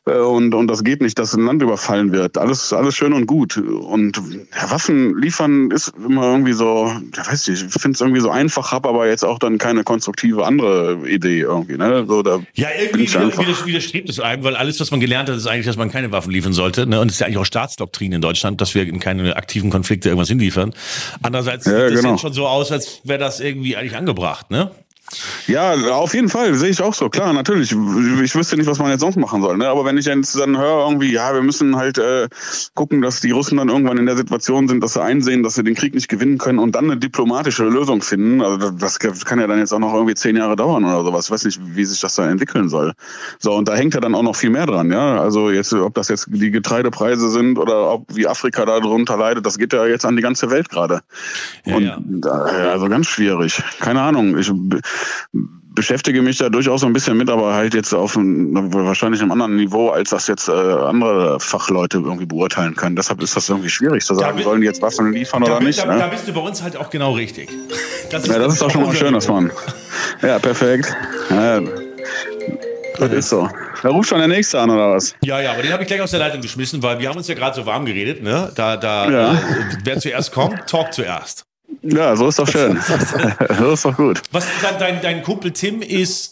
und das geht nicht, dass ein Land überfallen wird. Alles schön und gut. Und ja, Waffen liefern ist immer irgendwie so, ja, weiß nicht, ich finde es irgendwie so einfach, habe aber jetzt auch dann keine konstruktive andere Idee irgendwie. Ne? So, da ja, irgendwie widerstrebt es einem, weil alles, was man gelernt hat, ist eigentlich, dass man keine Waffen liefern sollte. Ne? Und es ist ja eigentlich auch Staatsdoktrin in Deutschland, dass wir in keine aktiven Konflikte irgendwas hinliefern. Andererseits sieht es jetzt schon so aus, als wäre das irgendwie eigentlich angebracht, ne? Ja, auf jeden Fall, sehe ich auch so. Klar, natürlich. Ich wüsste nicht, was man jetzt sonst machen soll. Ne? Aber wenn ich jetzt dann höre, irgendwie, ja, wir müssen halt gucken, dass die Russen dann irgendwann in der Situation sind, dass sie einsehen, dass sie den Krieg nicht gewinnen können und dann eine diplomatische Lösung finden. Also das kann ja dann jetzt auch noch irgendwie 10 Jahre dauern oder sowas. Ich weiß nicht, wie sich das dann entwickeln soll. So, und da hängt ja dann auch noch viel mehr dran. Ja, also jetzt, ob das jetzt die Getreidepreise sind oder ob wie Afrika da drunter leidet, das geht ja jetzt an die ganze Welt gerade. Ja, und also ganz schwierig. Keine Ahnung. Ich beschäftige mich da durchaus so ein bisschen mit, aber halt jetzt auf wahrscheinlich einem anderen Niveau, als das jetzt andere Fachleute irgendwie beurteilen können. Deshalb ist das irgendwie schwierig zu sagen, sollen die jetzt Waffen liefern oder nicht. Da bist du bei uns halt auch genau richtig. Das ist doch schon mal schön, dass man... Ja, perfekt. Ja, das ist so. Da ruft schon der Nächste an, oder was? Ja, aber den habe ich gleich aus der Leitung geschmissen, weil wir haben uns ja gerade so warm geredet. Ne? Wer zuerst kommt, talkt zuerst. Ja, so ist doch schön. So ist doch gut. Was, dein Kumpel Tim ist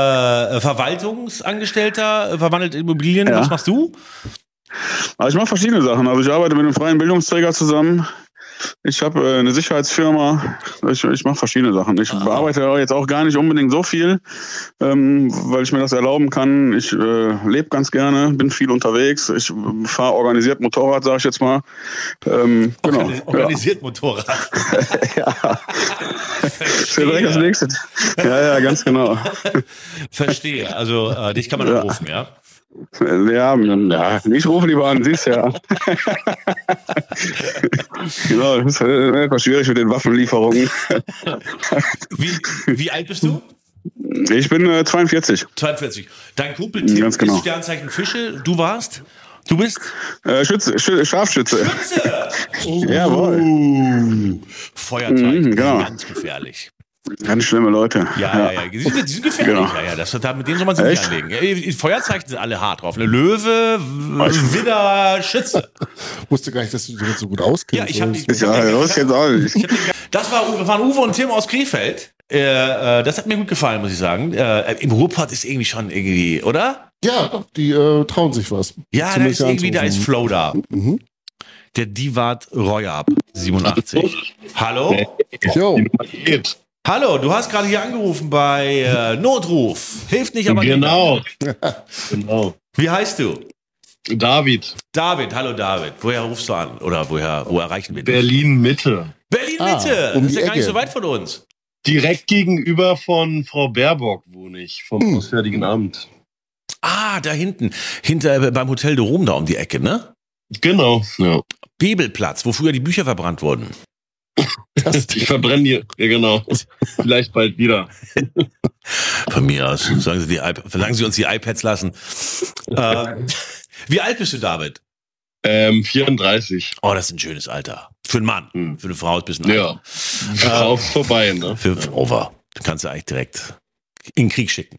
Verwaltungsangestellter, verwandelt Immobilien. Ja. Was machst du? Also ich mache verschiedene Sachen. Also ich arbeite mit einem freien Bildungsträger zusammen. Ich habe eine Sicherheitsfirma. Ich mache verschiedene Sachen. Ich bearbeite jetzt auch gar nicht unbedingt so viel, weil ich mir das erlauben kann. Ich lebe ganz gerne, bin viel unterwegs. Ich fahre organisiert Motorrad, sage ich jetzt mal. Genau. Organisiert Motorrad. Ja. Das wäre direkt das Nächste. Ja, ganz genau. Verstehe. Also dich kann man anrufen, ja? Ja, ich rufe lieber an, siehst ja. Genau, das ist etwas schwierig mit den Waffenlieferungen. Wie alt bist du? Ich bin 42. 42. Dein Kumpel Tim ist Sternzeichen Fische. Du bist? Scharfschütze. Oh. Jawohl. Feuerzeichen, ganz gefährlich. Ganz schlimme Leute. Ja. Die sind gefährlich. Genau. Ja, mit denen soll man sich nicht anlegen. Ja, Feuerzeichen sind alle hart drauf. Eine Löwe, Widder, Schütze. Wusste gar nicht, dass du dich damit so gut auskennst. Ja, das waren Uwe und Tim aus Krefeld. Das hat mir gut gefallen, muss ich sagen. Im Ruhrpott ist irgendwie, oder? Ja, die trauen sich was. Ja, da ist Flow da. Mhm. Der Divat Royab, 87. Hallo? Jo. Hallo, du hast gerade hier angerufen bei Notruf. Hilft nicht, aber genau. Wie heißt du? David, hallo David. Woher rufst du an? Oder wo erreichen wir dich? Berlin-Mitte. Berlin-Mitte? Das ist ja gar nicht so weit von uns. Direkt gegenüber von Frau Baerbock wohne ich, vom Auswärtigen Amt. Ah, da hinten. Beim Hotel de Rom da um die Ecke, ne? Genau, ja. Bebelplatz, wo früher die Bücher verbrannt wurden. Ich verbrenne die, ja genau. Vielleicht bald wieder. Von mir aus. Verlangen Sie uns die iPads lassen. Wie alt bist du, David? 34. Oh, das ist ein schönes Alter. Für einen Mann. Für eine Frau ist ein bisschen alt. Ja. Frau ist vorbei, ne? Over. Du kannst du eigentlich direkt in den Krieg schicken.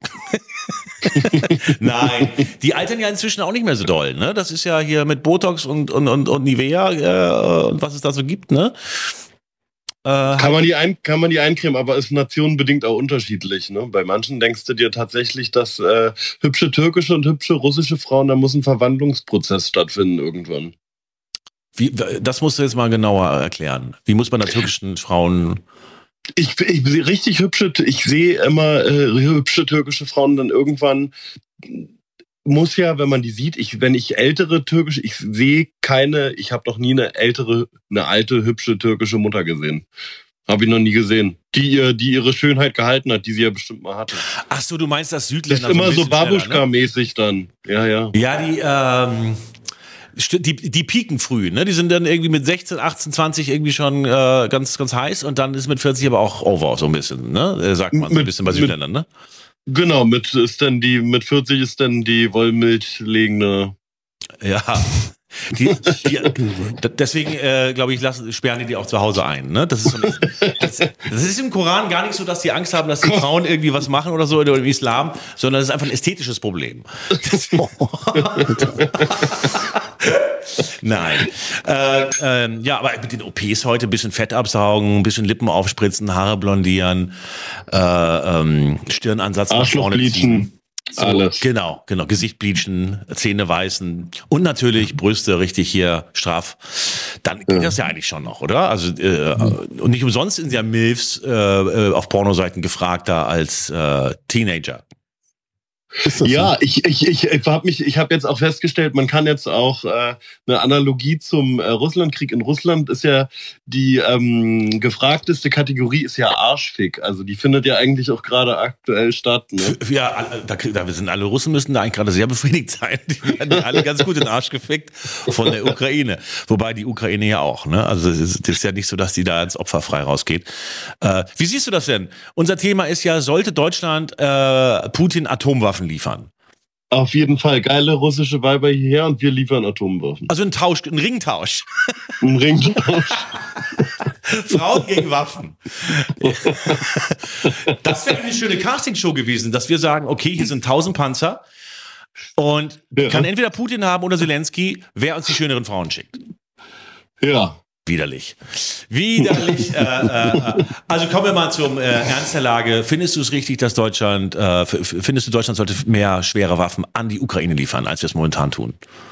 Nein, die altern ja inzwischen auch nicht mehr so doll, ne? Das ist ja hier mit Botox und Nivea und was es da so gibt, ne? Kann man die eincremen, aber ist nationenbedingt auch unterschiedlich. Ne? Bei manchen denkst du dir tatsächlich, dass hübsche türkische und hübsche russische Frauen, da muss ein Verwandlungsprozess stattfinden irgendwann. Das musst du jetzt mal genauer erklären. Wie muss man da türkischen Frauen... Ich sehe immer hübsche türkische Frauen dann irgendwann... Muss ja, wenn man die sieht, wenn ich ältere türkische, ich sehe keine, ich habe noch nie eine alte, hübsche türkische Mutter gesehen. Habe ich noch nie gesehen. Die ihre Schönheit gehalten hat, die sie ja bestimmt mal hatte. Ach so, du meinst das Südländer. Das ist immer so Babuschka-mäßig dann. Ja. Ja, die pieken früh, ne? Die sind dann irgendwie mit 16, 18, 20 irgendwie schon ganz, ganz heiß und dann ist mit 40 aber auch over, so ein bisschen, ne? Sagt man so ein bisschen bei Südländern, ne? Genau, mit 40 ist dann die wollmilchlegende. Ja. Deswegen, glaube ich, sperren die auch zu Hause ein. Ne? Das ist im Koran gar nicht so, dass die Angst haben, dass die Frauen irgendwie was machen oder so, oder im Islam, sondern es ist einfach ein ästhetisches Problem. Nein. Ja, aber mit den OPs heute ein bisschen Fett absaugen, ein bisschen Lippen aufspritzen, Haare blondieren, Stirnansatz nach vorne ziehen. So, alles. Genau. Gesicht bleachen, Zähne weißen und natürlich Brüste richtig hier straff. Dann geht das ja eigentlich schon noch, oder? Also und nicht umsonst sind ja MILFs auf Pornoseiten gefragter als Teenager. Ja, ich habe jetzt auch festgestellt, man kann jetzt auch eine Analogie zum Russlandkrieg. In Russland ist ja die gefragteste Kategorie ist ja Arschfick. Also die findet ja eigentlich auch gerade aktuell statt. Ne? Ja, da sind alle Russen müssten da eigentlich gerade sehr befriedigt sein. Die werden alle ganz gut in den Arsch gefickt von der Ukraine. Wobei die Ukraine ja auch. Ne? Also es ist ja nicht so, dass die da ins Opfer frei rausgeht. Wie siehst du das denn? Unser Thema ist ja, sollte Deutschland Putin Atomwaffen liefern? Auf jeden Fall. Geile russische Weiber hierher und wir liefern Atomwaffen. Also ein Ringtausch. Ein Ringtausch. Frauen gegen Waffen. Das wäre eine schöne Castingshow gewesen, dass wir sagen, okay, hier sind 1000 Panzer und kann entweder Putin haben oder Zelensky, wer uns die schöneren Frauen schickt. Ja. Widerlich. Also kommen wir mal zum Ernst der Lage. Findest du es richtig, dass Deutschland sollte mehr schwere Waffen an die Ukraine liefern, als wir es momentan tun?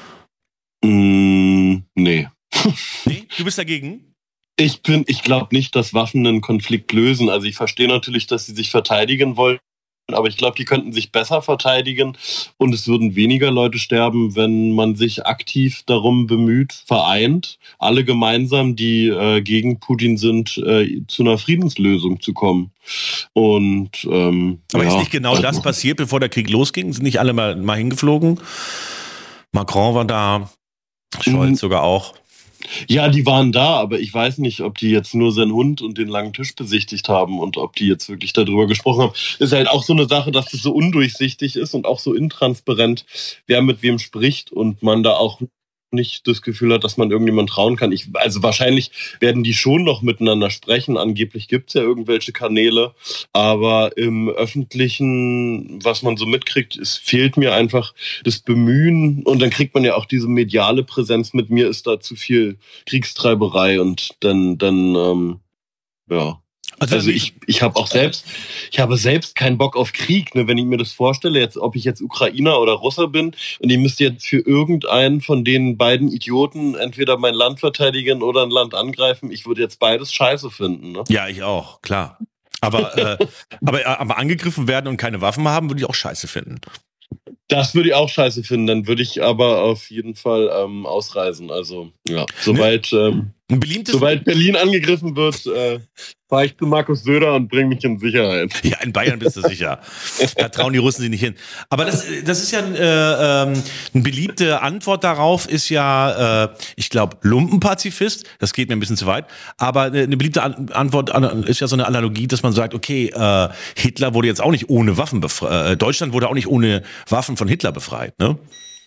Nee. Nee? Du bist dagegen? Ich glaube nicht, dass Waffen einen Konflikt lösen. Also ich verstehe natürlich, dass sie sich verteidigen wollen. Aber ich glaube, die könnten sich besser verteidigen und es würden weniger Leute sterben, wenn man sich aktiv darum bemüht, vereint, alle gemeinsam, die gegen Putin sind, zu einer Friedenslösung zu kommen. Und aber ist nicht genau das passiert, bevor der Krieg losging? Sind nicht alle mal hingeflogen? Macron war da, Scholz sogar auch. Ja, die waren da, aber ich weiß nicht, ob die jetzt nur seinen Hund und den langen Tisch besichtigt haben und ob die jetzt wirklich darüber gesprochen haben. Ist halt auch so eine Sache, dass es so undurchsichtig ist und auch so intransparent, wer mit wem spricht und man da auch nicht das Gefühl hat, dass man irgendjemand trauen kann. Also wahrscheinlich werden die schon noch miteinander sprechen. Angeblich gibt es ja irgendwelche Kanäle. Aber im Öffentlichen, was man so mitkriegt, es fehlt mir einfach das Bemühen. Und dann kriegt man ja auch diese mediale Präsenz. Mit mir ist da zu viel Kriegstreiberei und dann ja. Also ich habe selbst keinen Bock auf Krieg, ne? Wenn ich mir das vorstelle, jetzt, ob ich jetzt Ukrainer oder Russe bin und ich müsste jetzt für irgendeinen von den beiden Idioten entweder mein Land verteidigen oder ein Land angreifen, ich würde jetzt beides scheiße finden. Ne? Ja, ich auch, klar. Aber angegriffen werden und keine Waffen haben, würde ich auch scheiße finden. Das würde ich auch scheiße finden, dann würde ich aber auf jeden Fall ausreisen. Also ja, sobald Berlin angegriffen wird, fahre ich zu Markus Söder und bringe mich in Sicherheit. Ja, in Bayern bist du sicher. Da trauen die Russen sich nicht hin. Aber das ist ja eine beliebte Antwort darauf, ist ja, ich glaube, Lumpenpazifist. Das geht mir ein bisschen zu weit. Aber eine beliebte Antwort ist ja so eine Analogie, dass man sagt, okay, Hitler wurde jetzt auch nicht ohne Waffen befreit. Deutschland wurde auch nicht ohne Waffen von Hitler befreit, ne?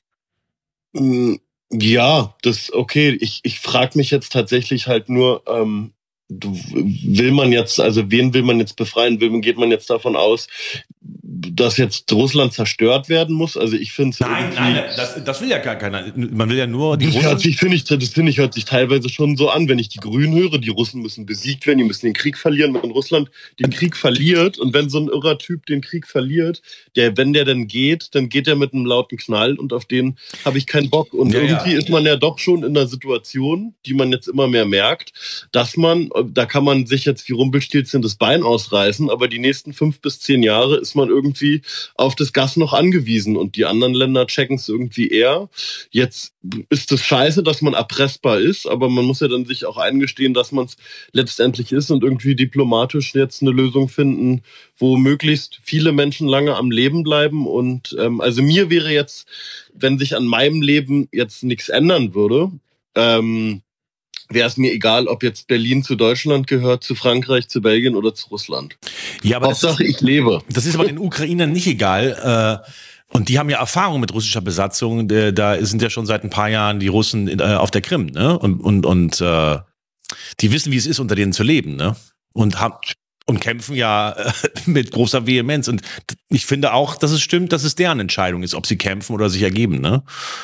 Ja, okay. Ich frage mich jetzt tatsächlich halt nur, wen will man jetzt befreien? Geht man jetzt davon aus, dass jetzt Russland zerstört werden muss. Also ich finde es... Nein, das will ja gar keiner. Man will ja nur die Russen... Das finde ich, hört sich teilweise schon so an, wenn ich die Grünen höre, die Russen müssen besiegt werden, die müssen den Krieg verlieren. Wenn Russland den Krieg verliert und wenn so ein irrer Typ den Krieg verliert, wenn der dann geht er mit einem lauten Knall und auf den habe ich keinen Bock. Und irgendwie ist man ja doch schon in einer Situation, die man jetzt immer mehr merkt, dass da kann man sich jetzt wie Rumpelstilzchen das Bein ausreißen, aber die nächsten 5 bis 10 Jahre ist man irgendwie auf das Gas noch angewiesen und die anderen Länder checken es irgendwie eher. Jetzt ist es scheiße, dass man erpressbar ist, aber man muss ja dann sich auch eingestehen, dass man es letztendlich ist und irgendwie diplomatisch jetzt eine Lösung finden, wo möglichst viele Menschen lange am Leben bleiben. Und also mir wäre jetzt, wenn sich an meinem Leben jetzt nichts ändern würde, wäre es mir egal, ob jetzt Berlin zu Deutschland gehört, zu Frankreich, zu Belgien oder zu Russland. Ja, aber Hauptsache, ich lebe. Das ist aber den Ukrainern nicht egal. Und die haben ja Erfahrung mit russischer Besatzung. Da sind ja schon seit ein paar Jahren die Russen auf der Krim, ne? Und die wissen, wie es ist, unter denen zu leben, ne? Und kämpfen ja mit großer Vehemenz. Und ich finde auch, dass es stimmt, dass es deren Entscheidung ist, ob sie kämpfen oder sich ergeben, ne?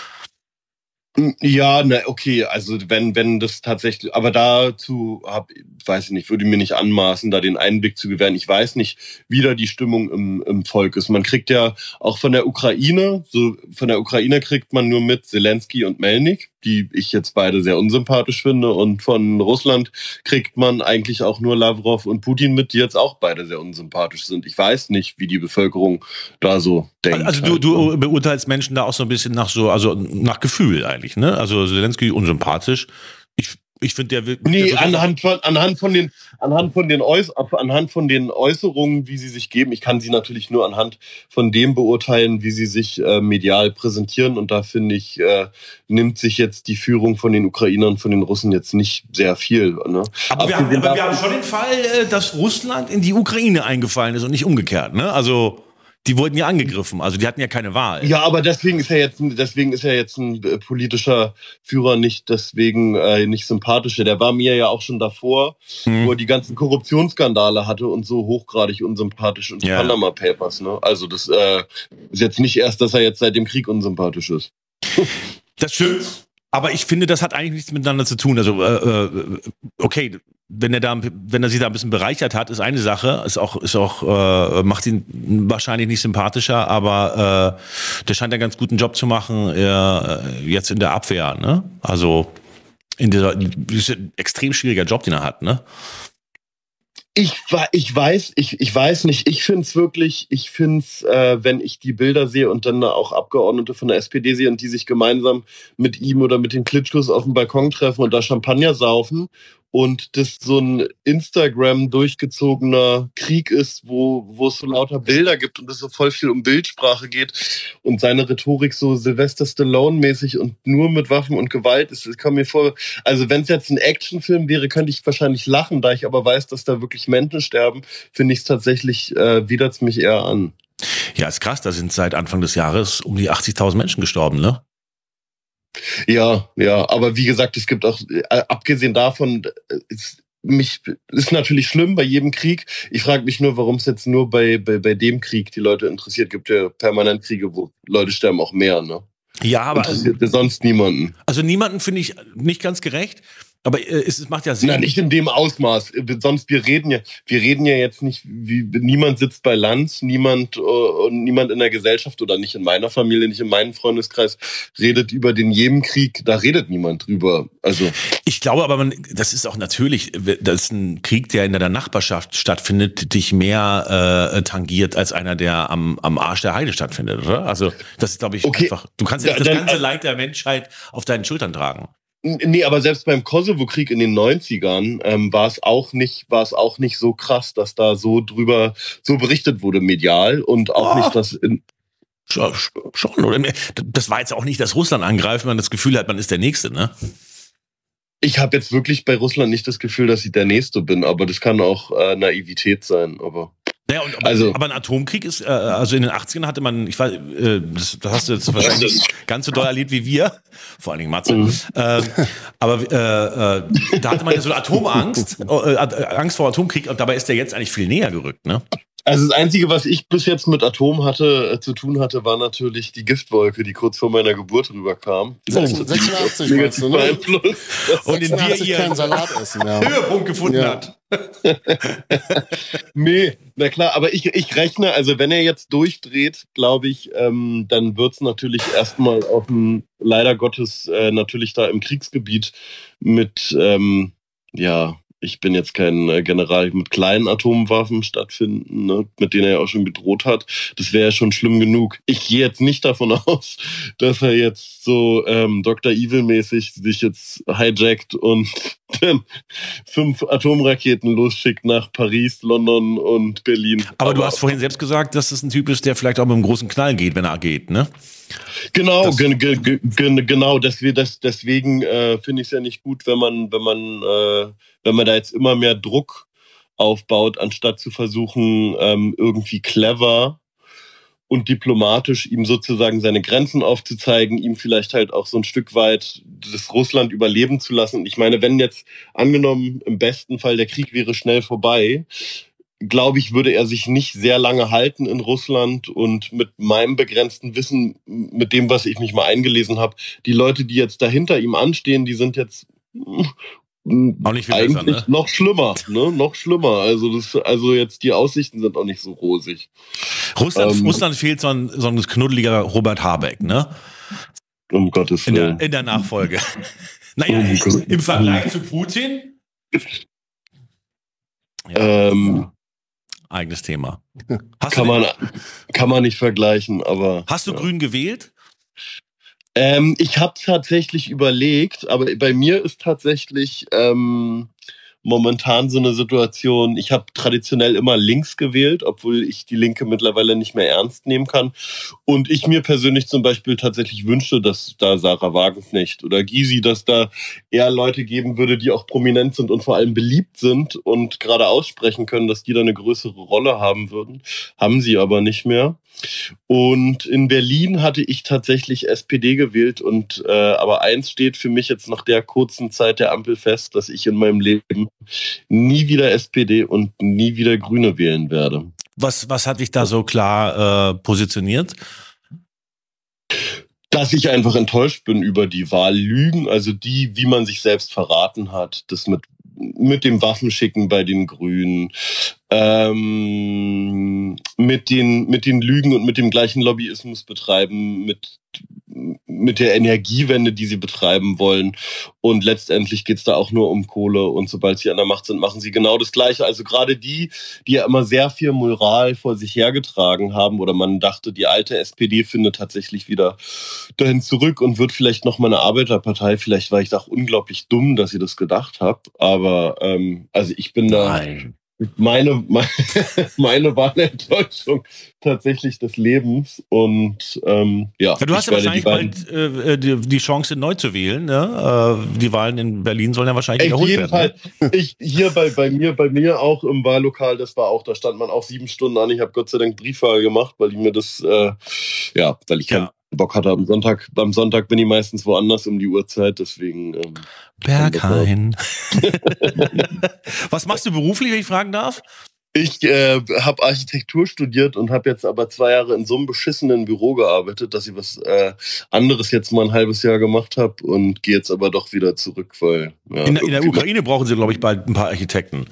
Ja, okay, also wenn das tatsächlich, aber dazu weiß ich nicht, würde mir nicht anmaßen, da den Einblick zu gewähren. Ich weiß nicht, wie da die Stimmung im Volk ist. Man kriegt ja auch von der Ukraine kriegt man nur mit Zelensky und Melnik, die ich jetzt beide sehr unsympathisch finde, und von Russland kriegt man eigentlich auch nur Lavrov und Putin mit, die jetzt auch beide sehr unsympathisch sind. Ich weiß nicht, wie die Bevölkerung da so denkt. Also du beurteilst Menschen da auch so ein bisschen nach Gefühl eigentlich. Ne? Also Zelensky unsympathisch. Ich finde der wirklich. Nee, anhand von den Äußerungen, wie sie sich geben. Ich kann sie natürlich nur anhand von dem beurteilen, wie sie sich medial präsentieren. Und da finde ich, nimmt sich jetzt die Führung von den Ukrainern, von den Russen jetzt nicht sehr viel. Ne? Aber wir haben schon den Fall, dass Russland in die Ukraine eingefallen ist und nicht umgekehrt. Ne? Also die wurden ja angegriffen, also die hatten ja keine Wahl. Ja, aber deswegen ist er jetzt ein politischer Führer nicht nicht sympathischer. Der war mir ja auch schon davor, wo er die ganzen Korruptionsskandale hatte und so hochgradig unsympathisch und Panama Papers. Ne? Also das ist jetzt nicht erst, dass er jetzt seit dem Krieg unsympathisch ist. Das stimmt. Aber ich finde, das hat eigentlich nichts miteinander zu tun. Also okay, wenn er sich da ein bisschen bereichert hat, ist eine Sache. Ist auch macht ihn wahrscheinlich nicht sympathischer, aber der scheint einen ganz guten Job zu machen jetzt in der Abwehr. Ne? Also das ist ein extrem schwieriger Job, den er hat. Ne? Ich weiß nicht. Ich finde es, wenn ich die Bilder sehe und dann auch Abgeordnete von der SPD sehe und die sich gemeinsam mit ihm oder mit den Klitschkos auf dem Balkon treffen und da Champagner saufen und das so ein Instagram durchgezogener Krieg ist, wo es so lauter Bilder gibt und es so voll viel um Bildsprache geht und seine Rhetorik so Sylvester Stallone-mäßig und nur mit Waffen und Gewalt ist, das kommt mir vor. Also wenn es jetzt ein Actionfilm wäre, könnte ich wahrscheinlich lachen, da ich aber weiß, dass da wirklich Menschen sterben, finde ich es tatsächlich, widert es mich eher an. Ja, ist krass, da sind seit Anfang des Jahres um die 80.000 Menschen gestorben, ne? Ja, aber wie gesagt, es gibt auch, abgesehen davon, ist natürlich schlimm bei jedem Krieg. Ich frage mich nur, warum es jetzt nur bei dem Krieg die Leute interessiert. Gibt ja permanent Kriege, wo Leute sterben auch mehr, ne? Ja, aber interessiert sonst niemanden. Also niemanden finde ich nicht ganz gerecht. Aber es macht ja Sinn. Nein, nicht in dem Ausmaß. Sonst, wir reden ja jetzt nicht, niemand sitzt bei Lanz, niemand in der Gesellschaft oder nicht in meiner Familie, nicht in meinem Freundeskreis redet über den Jemenkrieg. Da redet niemand drüber. Also ich glaube aber, das ist auch natürlich, dass ein Krieg, der in der Nachbarschaft stattfindet, dich mehr tangiert als einer, der am Arsch der Heide stattfindet, oder? Also das ist, glaube ich, einfach, du kannst jetzt das ganze Leid der Menschheit auf deinen Schultern tragen. Nee, aber selbst beim Kosovo-Krieg in den 90ern war es auch nicht so krass, dass da so berichtet wurde medial und auch nicht, dass schon, oder? Das war jetzt auch nicht, dass Russland angreift, man das Gefühl hat, man ist der Nächste, ne? Ich habe jetzt wirklich bei Russland nicht das Gefühl, dass ich der Nächste bin, aber das kann auch Naivität sein, aber... Naja, aber ein Atomkrieg ist, also in den 80ern hatte man, ich weiß, das hast du jetzt wahrscheinlich nicht ganz so doll erlebt wie wir, vor allen Dingen Matze, aber da hatte man ja so eine Atomangst, Angst vor Atomkrieg und dabei ist der jetzt eigentlich viel näher gerückt, ne? Also das Einzige, was ich bis jetzt mit Atom zu tun hatte, war natürlich die Giftwolke, die kurz vor meiner Geburt rüberkam. 86 meinst du, ne? Und in dir ihren Salat essen, ja. Höhepunkt gefunden hat. Nee, na klar, aber ich rechne, also wenn er jetzt durchdreht, glaube ich, dann wird es natürlich erstmal auf dem, leider Gottes, natürlich da im Kriegsgebiet mit, ich bin jetzt kein General, mit kleinen Atomwaffen stattfinden, ne, mit denen er ja auch schon bedroht hat. Das wäre ja schon schlimm genug. Ich gehe jetzt nicht davon aus, dass er jetzt so Dr. Evil-mäßig sich jetzt hijackt und dann 5 Atomraketen losschickt nach Paris, London und Berlin. Aber du hast vorhin selbst gesagt, dass das ein Typ ist, der vielleicht auch mit einem großen Knall geht, wenn er geht, ne? Genau, genau. Deswegen finde ich es ja nicht gut, wenn man da jetzt immer mehr Druck aufbaut, anstatt zu versuchen, irgendwie clever und diplomatisch ihm sozusagen seine Grenzen aufzuzeigen, ihm vielleicht halt auch so ein Stück weit das Russland überleben zu lassen. Ich meine, wenn jetzt angenommen im besten Fall der Krieg wäre schnell vorbei, glaube ich, würde er sich nicht sehr lange halten in Russland, und mit meinem begrenzten Wissen, mit dem, was ich mich mal eingelesen habe, die Leute, die jetzt da hinter ihm anstehen, die sind jetzt auch nicht viel eigentlich besser, ne? noch schlimmer, ne? Noch schlimmer. Also jetzt die Aussichten sind auch nicht so rosig. Russland fehlt so ein knuddeliger Robert Habeck, ne? Um Gottes Willen. In der Nachfolge. Naja, im Vergleich zu Putin. Ja. Eigenes Thema. Kann man nicht vergleichen, aber. Hast du Grün gewählt? Ich habe tatsächlich überlegt, aber bei mir ist tatsächlich momentan so eine Situation, ich habe traditionell immer links gewählt, obwohl ich die Linke mittlerweile nicht mehr ernst nehmen kann. Und ich mir persönlich zum Beispiel tatsächlich wünschte, dass da Sarah Wagenknecht oder Gysi, dass da eher Leute geben würde, die auch prominent sind und vor allem beliebt sind und gerade aussprechen können, dass die da eine größere Rolle haben würden. Haben sie aber nicht mehr. Und in Berlin hatte ich tatsächlich SPD gewählt, und aber eins steht für mich jetzt nach der kurzen Zeit der Ampel fest, dass ich in meinem Leben nie wieder SPD und nie wieder Grüne wählen werde. Was hat dich da so klar positioniert? Dass ich einfach enttäuscht bin über die Wahllügen, also wie man sich selbst verraten hat, das mit dem Waffenschicken bei den Grünen, mit den Lügen und mit dem gleichen Lobbyismus betreiben, mit der Energiewende, die sie betreiben wollen. Und letztendlich geht es da auch nur um Kohle, und sobald sie an der Macht sind, machen sie genau das Gleiche. Also gerade die ja immer sehr viel Moral vor sich hergetragen haben, oder man dachte, die alte SPD findet tatsächlich wieder dahin zurück und wird vielleicht noch mal eine Arbeiterpartei. Vielleicht war ich da auch unglaublich dumm, dass ich das gedacht habe. Aber also ich bin da... Meine war eine Enttäuschung tatsächlich des Lebens, und du hast ja wahrscheinlich bald die Chance, neu zu wählen, ne? Die Wahlen in Berlin sollen ja wahrscheinlich wiederholt werden. Auf jeden Fall. Bei mir auch im Wahllokal, da stand man auch 7 Stunden an. Ich habe Gott sei Dank Briefwahl gemacht, weil ich mir das, weil ich keinen Bock hatte am Sonntag. Am Sonntag bin ich meistens woanders um die Uhrzeit, deswegen... Berghain. Was machst du beruflich, wenn ich fragen darf? Ich habe Architektur studiert und habe jetzt aber 2 Jahre in so einem beschissenen Büro gearbeitet, dass ich was anderes jetzt mal ein halbes Jahr gemacht habe, und gehe jetzt aber doch wieder zurück, weil... Ja, in der Ukraine brauchen sie, glaube ich, bald ein paar Architekten.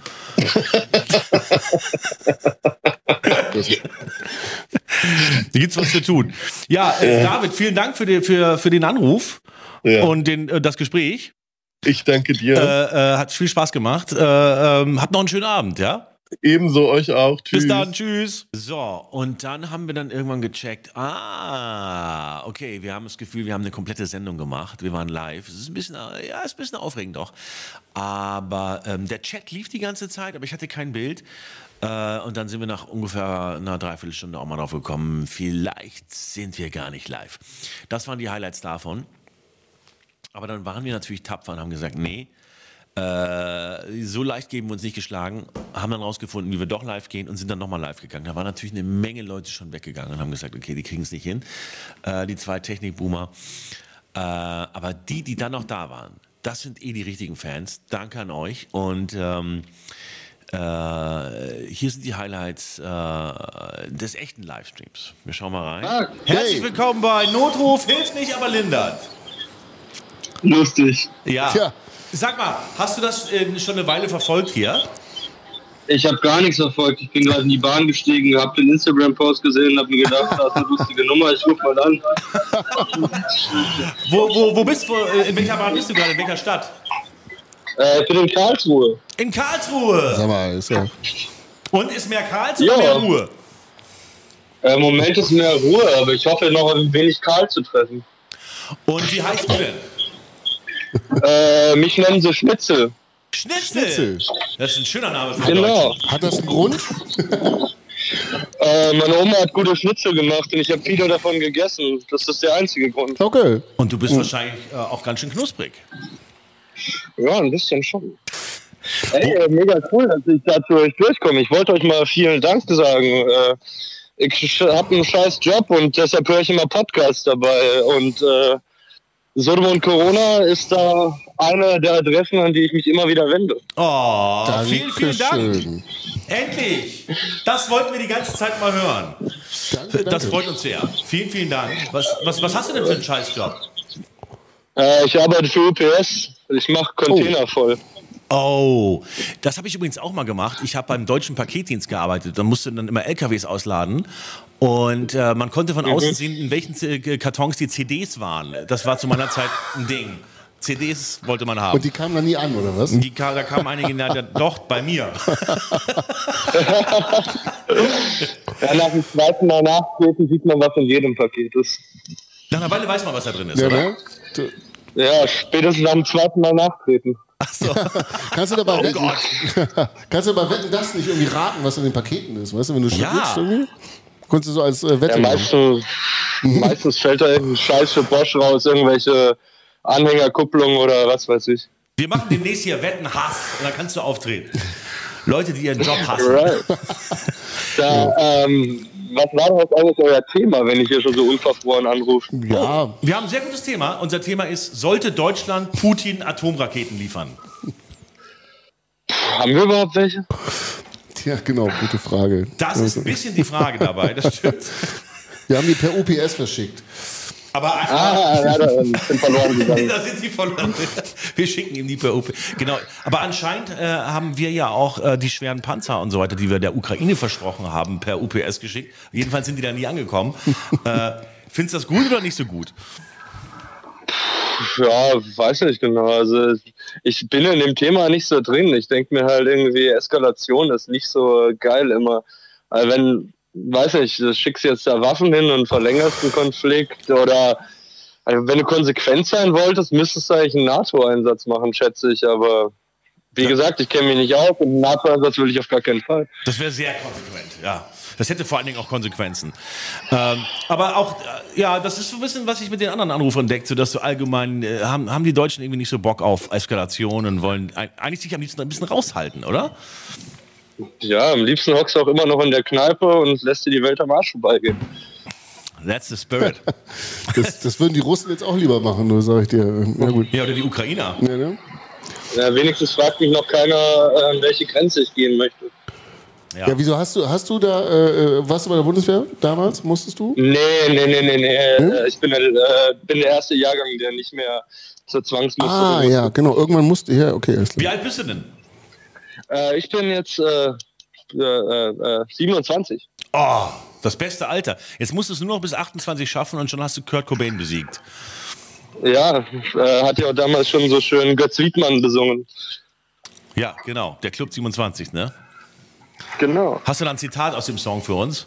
Hier gibt's was zu tun. Ja, David, vielen Dank für den Anruf und das Gespräch. Ich danke dir. Hat viel Spaß gemacht. Habt noch einen schönen Abend, ja? Ebenso, euch auch. Tschüss. Bis dann, tschüss. So, und dann haben wir dann irgendwann gecheckt, okay, wir haben das Gefühl, wir haben eine komplette Sendung gemacht. Wir waren live. Es ist ein bisschen, ist ein bisschen aufregend doch. Aber der Chat lief die ganze Zeit, aber ich hatte kein Bild. Und dann sind wir nach ungefähr einer Dreiviertelstunde auch mal drauf gekommen, vielleicht sind wir gar nicht live. Das waren die Highlights davon. Aber dann waren wir natürlich tapfer und haben gesagt, nee, so leicht geben wir uns nicht geschlagen, haben dann rausgefunden, wie wir doch live gehen, und sind dann nochmal live gegangen. Da waren natürlich eine Menge Leute schon weggegangen und haben gesagt, okay, die kriegen es nicht hin, die 2 Technikboomer. Aber die dann noch da waren, das sind die richtigen Fans. Danke an euch. Und Hier sind die Highlights des echten Livestreams. Wir schauen mal rein. Herzlich willkommen bei Notruf, hilft nicht, aber lindert. Lustig. Ja. Tja. Sag mal, hast du das schon eine Weile verfolgt hier? Ich habe gar nichts verfolgt. Ich bin gerade in die Bahn gestiegen, habe den Instagram-Post gesehen und habe mir gedacht, das ist eine lustige Nummer, ich ruf mal an. Wo bist du? In welcher Bahn bist du gerade? In welcher Stadt? Ich bin in Karlsruhe. In Karlsruhe. Sag mal, ist ja. Und ist mehr Karlsruhe oder mehr Ruhe? Im Moment ist mehr Ruhe, aber ich hoffe noch ein wenig Karl zu treffen. Und wie heißt du denn? Mich nennen sie Schnitzel. Schnitzel. Das ist ein schöner Name für Genau. Deutschen. Hat das einen Grund? Meine Oma hat gute Schnitzel gemacht und ich habe viele davon gegessen. Das ist der einzige Grund. Okay. Und du bist wahrscheinlich auch ganz schön knusprig. Ja, ein bisschen schon. Ey, mega cool, dass ich dazu euch durchkomme. Ich wollte euch mal vielen Dank sagen. Ich habe einen scheiß Job und deshalb höre ich immer Podcasts dabei. Und Sodom und Corona ist da eine der Adressen, an die ich mich immer wieder wende. Oh, Dankeschön. vielen Dank. Endlich. Das wollten wir die ganze Zeit mal hören. Danke. Das freut uns sehr. Vielen Dank. Was hast du denn für einen Scheißjob? Ich arbeite für UPS. Ich mache Container voll. Oh, das habe ich übrigens auch mal gemacht. Ich habe beim deutschen Paketdienst gearbeitet. Da musste dann immer LKWs ausladen. Und man konnte von außen sehen, in welchen Kartons die CDs waren. Das war zu meiner Zeit ein Ding. CDs wollte man haben. Und die kamen dann nie an, oder was? Da kamen einige, doch, bei mir. Ja, nach dem zweiten Mal nachtreten sieht man, was in jedem Paket ist. Nach einer Weile weiß man, was da drin ist, Ja, oder? ne? Ja, spätestens nach dem zweiten Mal nachtreten. Ach so. Kannst du dabei Oh wetten? Gott. Kannst du aber wetten, das nicht irgendwie raten, was in den Paketen ist? Weißt du, wenn du Ja. schüttelst irgendwie? Kannst du so als Wette Ja, machen. meistens fällt da irgendein Scheiß für Bosch raus, irgendwelche Anhängerkupplungen oder was weiß ich. Wir machen demnächst hier Wetten Hass und dann kannst du auftreten. Leute, die ihren Job hassen. Right. Was war denn jetzt eigentlich euer Thema, wenn ich hier schon so unverfroren anrufe? Ja, Wir haben ein sehr gutes Thema. Unser Thema ist, sollte Deutschland Putin Atomraketen liefern? Haben wir überhaupt welche? ja, genau, gute Frage. Das ist ein bisschen die Frage dabei, das stimmt. Wir haben die per UPS verschickt. Aber Ja, da sind verloren gegangen. da sind sie verloren. Wir schicken ihm die per UPS. Genau. Aber anscheinend haben wir ja auch die schweren Panzer und so weiter, die wir der Ukraine versprochen haben, per UPS geschickt. Jedenfalls sind die da nie angekommen. Findest du das gut oder nicht so gut? Ja, weiß nicht genau. Also ich bin in dem Thema nicht so drin. Ich denke mir halt irgendwie, Eskalation ist nicht so geil immer. Also weiß nicht, du schickst jetzt da Waffen hin und verlängerst den Konflikt oder also wenn du konsequent sein wolltest, müsstest du eigentlich einen NATO-Einsatz machen, schätze ich. Aber wie gesagt, ich kenne mich nicht aus und einen NATO-Einsatz will ich auf gar keinen Fall. Das wäre sehr konsequent, ja. Das hätte vor allen Dingen auch Konsequenzen. Aber auch, ja, das ist so ein bisschen, was ich mit den anderen Anrufern entdeckt, so dass so allgemein, haben die Deutschen irgendwie nicht so Bock auf Eskalation und wollen eigentlich sich am liebsten ein bisschen raushalten, oder? Ja, am liebsten hockst du auch immer noch in der Kneipe und lässt dir die Welt am Arsch vorbeigehen. That's the spirit. Das würden die Russen jetzt auch lieber machen, nur sage ich dir. Ja, gut. Ja, oder die Ukrainer. Ja, ne? Ja, wenigstens fragt mich noch keiner, an welche Grenze ich gehen möchte. Ja. Ja, wieso hast du da, warst du bei der Bundeswehr damals? Musstest du? Nee. Ich bin der erste Jahrgang, der nicht mehr zur Zwangsmusterung Ah, ja, genau. Irgendwann musste, ja, okay. Alles Wie klar. alt bist du denn? Ich bin jetzt 27. Oh, das beste Alter. Jetzt musst du es nur noch bis 28 schaffen und schon hast du Kurt Cobain besiegt. Ja, hat ja auch damals schon so schön Götz Wiedmann besungen. Ja, genau. Der Club 27, ne? Genau. Hast du da ein Zitat aus dem Song für uns?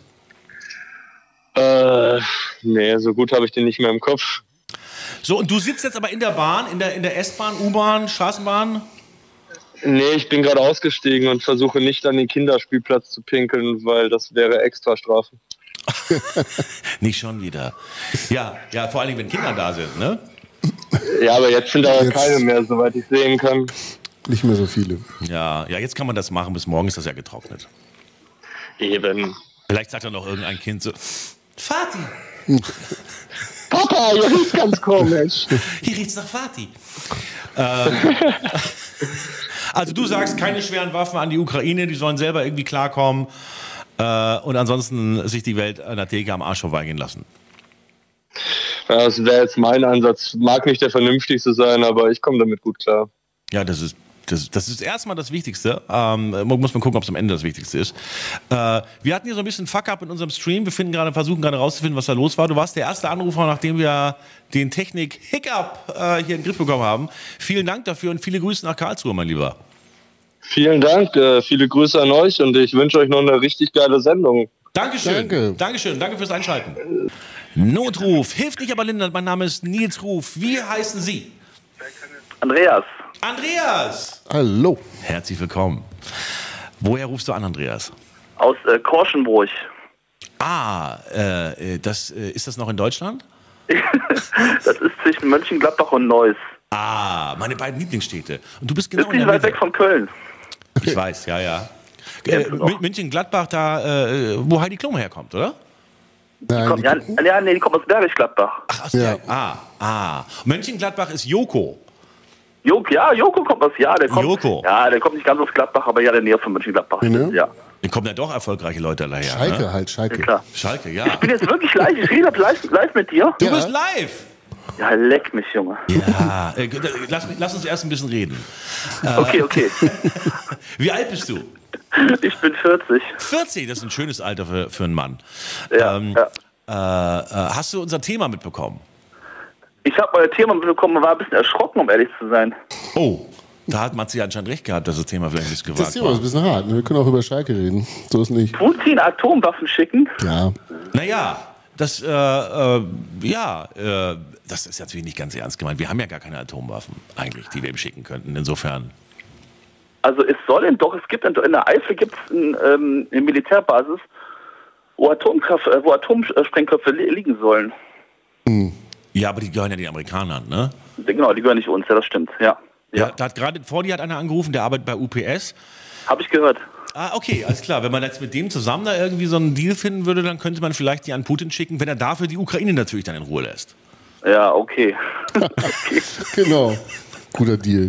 Nee, so gut habe ich den nicht mehr im Kopf. So, und du sitzt jetzt aber in der Bahn, in der S-Bahn, U-Bahn, Straßenbahn? Nee, ich bin gerade ausgestiegen und versuche nicht an den Kinderspielplatz zu pinkeln, weil das wäre Extrastrafe. Nicht schon wieder. Ja, vor allen Dingen, wenn Kinder da sind, ne? Ja, aber jetzt sind da keine mehr, soweit ich sehen kann. Nicht mehr so viele. Ja, jetzt kann man das machen, bis morgen ist das ja getrocknet. Eben. Vielleicht sagt dann noch irgendein Kind so, Vati, Papa, ihr riecht ganz komisch. hier riecht's nach Vati. Also du sagst, keine schweren Waffen an die Ukraine, die sollen selber irgendwie klarkommen und ansonsten sich die Welt an der Theke am Arsch vorbeigehen lassen. Ja, das wäre jetzt mein Ansatz. Mag nicht der vernünftigste sein, aber ich komme damit gut klar. Ja, das ist erstmal das Wichtigste. Muss man gucken, ob es am Ende das Wichtigste ist. Wir hatten hier so ein bisschen Fuck-up in unserem Stream. Wir versuchen gerade rauszufinden, was da los war. Du warst der erste Anrufer, nachdem wir den Technik-Hiccup hier in den Griff bekommen haben. Vielen Dank dafür und viele Grüße nach Karlsruhe, mein Lieber. Vielen Dank, viele Grüße an euch und ich wünsche euch noch eine richtig geile Sendung. Dankeschön. Dankeschön. Danke fürs Einschalten. Notruf. Hilft nicht, aber lindert. Mein Name ist Nils Ruf. Wie heißen Sie? Andreas. Andreas! Hallo. Herzlich willkommen. Woher rufst du an, Andreas? Aus Korschenbruch. Ist das noch in Deutschland? Das ist zwischen Mönchengladbach und Neuss. Meine beiden Lieblingsstädte. Und du bist genau ist nicht weit weg von Köln. Ich weiß, ja. Mönchengladbach, da, wo Heidi Klum herkommt, oder? Nein, die kommt aus Bergisch Gladbach. Ach, aus Mönchengladbach ist Joko. Joko kommt aus, der kommt. Joko. Ja, der kommt nicht ganz aus Gladbach, aber ja, der Nähe von Mönchengladbach. Ne? Ja. Dann kommen ja doch erfolgreiche Leute daher. Schalke ne? halt, Schalke. Ja, klar. Schalke, ja. Ich bin jetzt wirklich live, ich rede live mit dir. Du bist live! Ja, leck mich, Junge. Ja, lass uns erst ein bisschen reden. Okay. Wie alt bist du? Ich bin 40. 40, das ist ein schönes Alter für einen Mann. Ja, Hast du unser Thema mitbekommen? Ich habe euer Thema mitbekommen und war ein bisschen erschrocken, um ehrlich zu sein. Oh, da hat Matze anscheinend recht gehabt, dass das Thema vielleicht ein bisschen Das gewagt Thema ist ein war. bisschen hart. Ne? Wir können auch über Schalke reden. So ist nicht. Putin Atomwaffen schicken? Ja. Naja, das ist natürlich nicht ganz ernst gemeint. Wir haben ja gar keine Atomwaffen eigentlich, die wir ihm schicken könnten. Insofern. Also es gibt in der Eifel gibt es eine Militärbasis, wo Atomsprengköpfe liegen sollen. Ja, aber die gehören ja den Amerikanern, ne? Genau, die gehören nicht uns, ja, das stimmt, ja. Da hat gerade vor dir einer angerufen, der arbeitet bei UPS. Habe ich gehört. Okay, alles klar. Wenn man jetzt mit dem zusammen da irgendwie so einen Deal finden würde, dann könnte man vielleicht die an Putin schicken, wenn er dafür die Ukraine natürlich dann in Ruhe lässt. Ja, okay. Genau. Guter Deal.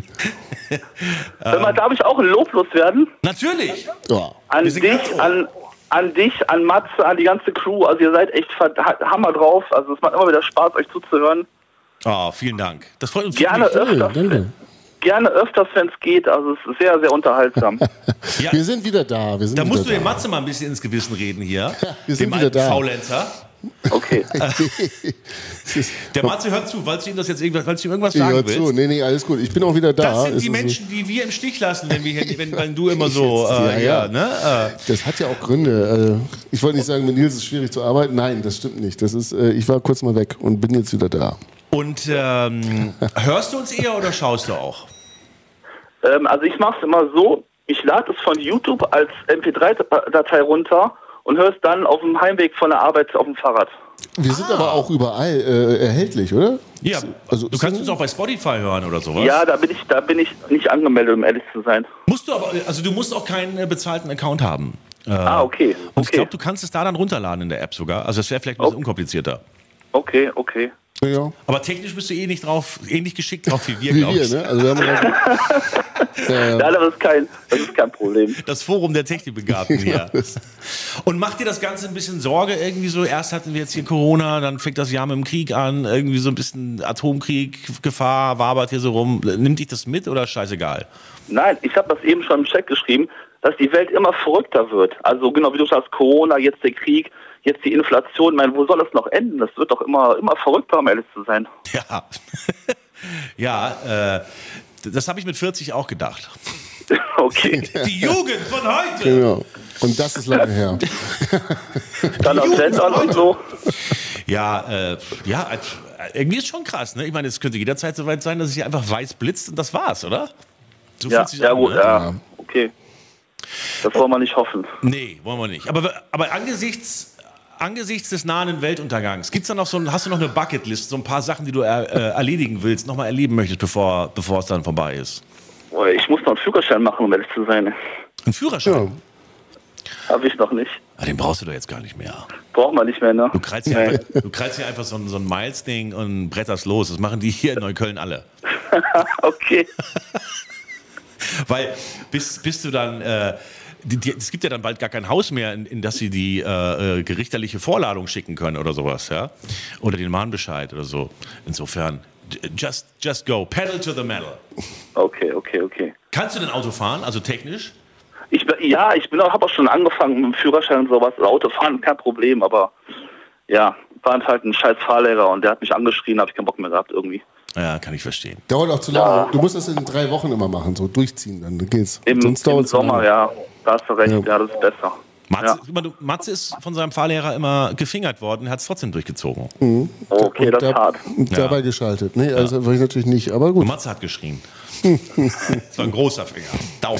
Darf ich auch ein Lob loswerden? Natürlich! Ja. An dich, an Matze, an die ganze Crew. Also ihr seid echt Hammer drauf. Also es macht immer wieder Spaß, euch zuzuhören. Vielen Dank. Das freut uns Gerne öfters, wenn es geht. Also es ist sehr, sehr unterhaltsam. Ja. Wir sind wieder da. Da musst du dem Matze mal ein bisschen ins Gewissen reden hier. Wir sind dem wieder da. Faulenzer. Okay. Der Matze hört zu, weil du ihm das jetzt irgendwas Ich sagen hör willst. zu. Nee, alles gut. Ich bin auch wieder da. Das sind die Es ist Menschen, die wir im Stich lassen, wenn du immer so. Das hat ja auch Gründe. Ich wollte nicht sagen, mit Nils ist es schwierig zu arbeiten. Nein, das stimmt nicht. Ich war kurz mal weg und bin jetzt wieder da. Und hörst du uns eher oder schaust du auch? Also ich mache es immer so, ich lade es von YouTube als MP3-Datei runter und höre es dann auf dem Heimweg von der Arbeit auf dem Fahrrad. Wir sind aber auch überall erhältlich, oder? Ja, also, du kannst uns auch bei Spotify hören oder sowas. Ja, da bin ich nicht angemeldet, um ehrlich zu sein. Musst du aber, also du musst auch keinen bezahlten Account haben. Okay. Und ich glaube, du kannst es da dann runterladen in der App sogar. Also das wäre vielleicht ein bisschen unkomplizierter. Okay. Ja. Aber technisch bist du ähnlich geschickt drauf wie wir, Wie glaube ich. wir, ne? Also wir haben Ja, das ist kein Problem. Das Forum der Technikbegabten hier. Und macht dir das Ganze ein bisschen Sorge irgendwie so? Erst hatten wir jetzt hier Corona, dann fängt das Jahr mit dem Krieg an, irgendwie so ein bisschen Atomkrieg, Gefahr, wabert hier so rum. Nimmt dich das mit oder scheißegal? Nein, ich habe das eben schon im Chat geschrieben, dass die Welt immer verrückter wird. Also genau wie du sagst, Corona, jetzt der Krieg, jetzt die Inflation. Ich meine, wo soll das noch enden? Das wird doch immer verrückter, um ehrlich zu sein. Ja. Ja, das habe ich mit 40 auch gedacht. Okay. Die Jugend von heute! Genau. Und das ist lange her. Dann auf Sendern und so. Ja, irgendwie ist schon krass, ne? Ich meine, es könnte jederzeit so weit sein, dass es hier einfach weiß blitzt und das war's, oder? So Ja, fühlt sich's an, gut, ne? ja. Okay. Das wollen wir nicht hoffen. Nee, wollen wir nicht. Aber angesichts des nahen Weltuntergangs, gibt's da noch hast du noch eine Bucketlist, so ein paar Sachen, die du erledigen willst, nochmal erleben möchtest, bevor es dann vorbei ist? Ich muss noch einen Führerschein machen, um ehrlich zu sein. Ein Führerschein? Ja. Habe ich noch nicht. Den brauchst du doch jetzt gar nicht mehr. Braucht man nicht mehr, ne? Du krallst hier einfach so ein Miles-Ding und bretterst los. Das machen die hier in Neukölln alle. Okay. Weil bis du dann, es gibt ja dann bald gar kein Haus mehr, in das sie die gerichterliche Vorladung schicken können oder sowas, ja? Oder den Mahnbescheid oder so. Insofern, just go, pedal to the metal. Okay. Kannst du denn Auto fahren, also technisch? Habe auch schon angefangen mit dem Führerschein und sowas. Autofahren, kein Problem, aber ja, war halt ein scheiß Fahrlehrer und der hat mich angeschrien, habe ich keinen Bock mehr gehabt irgendwie. Ja, kann ich verstehen. Dauert auch zu lange. Ja. Du musst das in 3 Wochen immer machen, so durchziehen, dann geht's. Sonst dauert es Sommer, ja, da hast du recht, ja das ist besser. Matze ist von seinem Fahrlehrer immer gefingert worden, hat es trotzdem durchgezogen. Mhm. Okay, das ist hart. Dabei geschaltet. Nee, also war ich natürlich nicht, aber gut. Und Matze hat geschrien. Das war ein großer Finger. Daumen.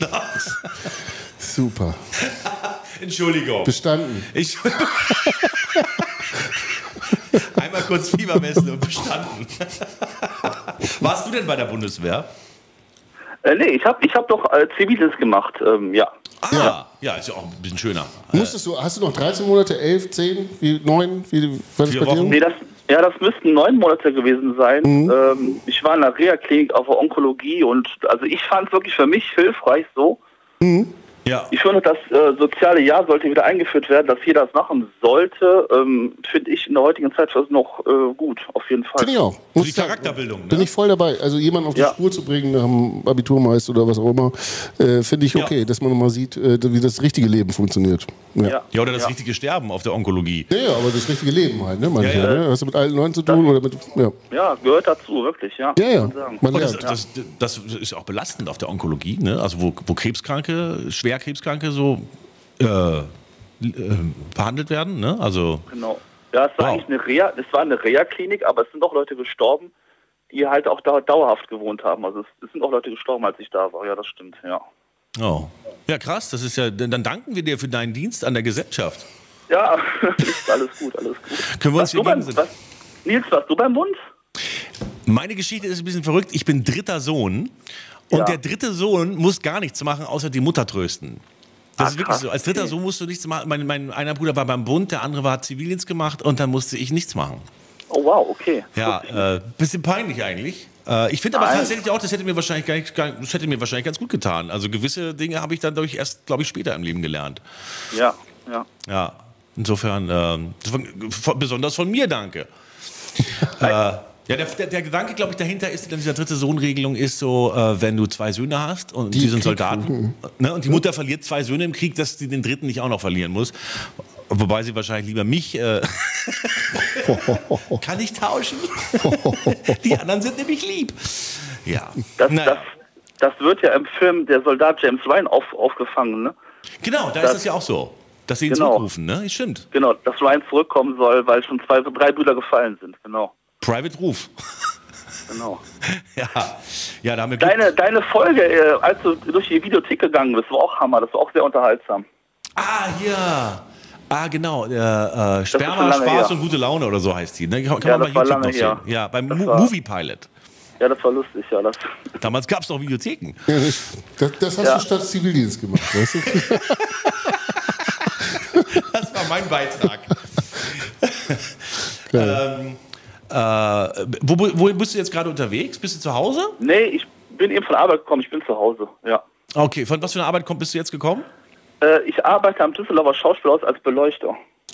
Super. Entschuldigung. Bestanden. Einmal kurz Fieber messen und bestanden. Warst du denn bei der Bundeswehr? Nee, ich hab doch Zivildienst gemacht, ja. Ja, ist ja auch ein bisschen schöner. Hast du noch 13 Monate, 11, 10, 9? Was ist bei dir? Nee, das müssten 9 Monate gewesen sein. Ich war in der Reha-Klinik auf der Onkologie und also ich fand es wirklich für mich hilfreich so. Ja. Ich finde, das soziale Jahr sollte wieder eingeführt werden, dass jeder das machen sollte. Finde ich in der heutigen Zeit noch gut, auf jeden Fall. Finde ich auch. Die Charakterbildung, ne? Bin ich voll dabei. Also jemanden auf die Spur zu bringen nach dem Abiturmeister oder was auch immer, finde ich okay, dass man mal sieht, wie das richtige Leben funktioniert. Ja, oder das richtige Sterben auf der Onkologie. Ja, aber das richtige Leben halt, ne? Manchmal, ne? Hast du mit alten Leuten zu tun oder mit. Ja, gehört dazu, wirklich, ja. Ja. Man lernt. Das ist auch belastend auf der Onkologie, ne? Also wo Krebskranke, Schwerkrebskranke so behandelt werden, ne? Also. Genau. Ja, es war eigentlich eine Reha-Klinik, aber es sind auch Leute gestorben, die halt auch dauerhaft gewohnt haben. Also es sind auch Leute gestorben, als ich da war. Ja, das stimmt, ja. Oh. Ja, krass. Das ist ja. Dann danken wir dir für deinen Dienst an der Gesellschaft. Ja, alles gut. Können wir uns hier Nils, warst du beim Bund? Meine Geschichte ist ein bisschen verrückt. Ich bin 3. Sohn und der 3. Sohn muss gar nichts machen, außer die Mutter trösten. Das ist wirklich so. Als 3. Sohn musst du nichts machen. Mein einer Bruder war beim Bund, der andere hat Zivildienst gemacht und dann musste ich nichts machen. Oh wow, okay. Ja, bisschen peinlich eigentlich. Ich finde aber tatsächlich auch, das hätte mir wahrscheinlich ganz gut getan. Also gewisse Dinge habe ich dann erst, glaube ich, später im Leben gelernt. Ja. Insofern, besonders von mir, danke. Der Gedanke, glaube ich, dahinter ist, in dieser 3. Sohn-Regelung ist so, wenn du 2 Söhne hast und die sind Soldaten, ne, und die Mutter verliert 2 Söhne im Krieg, dass sie den 3. nicht auch noch verlieren muss. Wobei sie wahrscheinlich lieber mich kann ich tauschen. Die anderen sind nämlich lieb. Ja. Das wird ja im Film der Soldat James Ryan aufgefangen, ne? Genau, da ist das ja auch so. Dass sie ihn zurückrufen, ne? Stimmt. Genau, dass Ryan zurückkommen soll, weil schon 3 Brüder gefallen sind, genau. Private Ruf. Genau. Ja, damit Deine Folge, als du durch die Videothek gegangen bist, war auch Hammer, das war auch sehr unterhaltsam. Genau. Sperma, Spaß und gute Laune oder so heißt die. Ne? Kann man bei YouTube noch sehen. Ja, beim Movie Pilot. Ja, das war lustig, ja. Damals gab es noch Videotheken. Ja, das hast du statt Zivildienst gemacht, weißt du? Das war mein Beitrag. Wo bist du jetzt gerade unterwegs? Bist du zu Hause? Nee, ich bin eben von der Arbeit gekommen. Ich bin zu Hause, ja. Okay, von was für einer Arbeit bist du jetzt gekommen? Ich arbeite am Düsseldorfer Schauspielhaus als Beleuchter.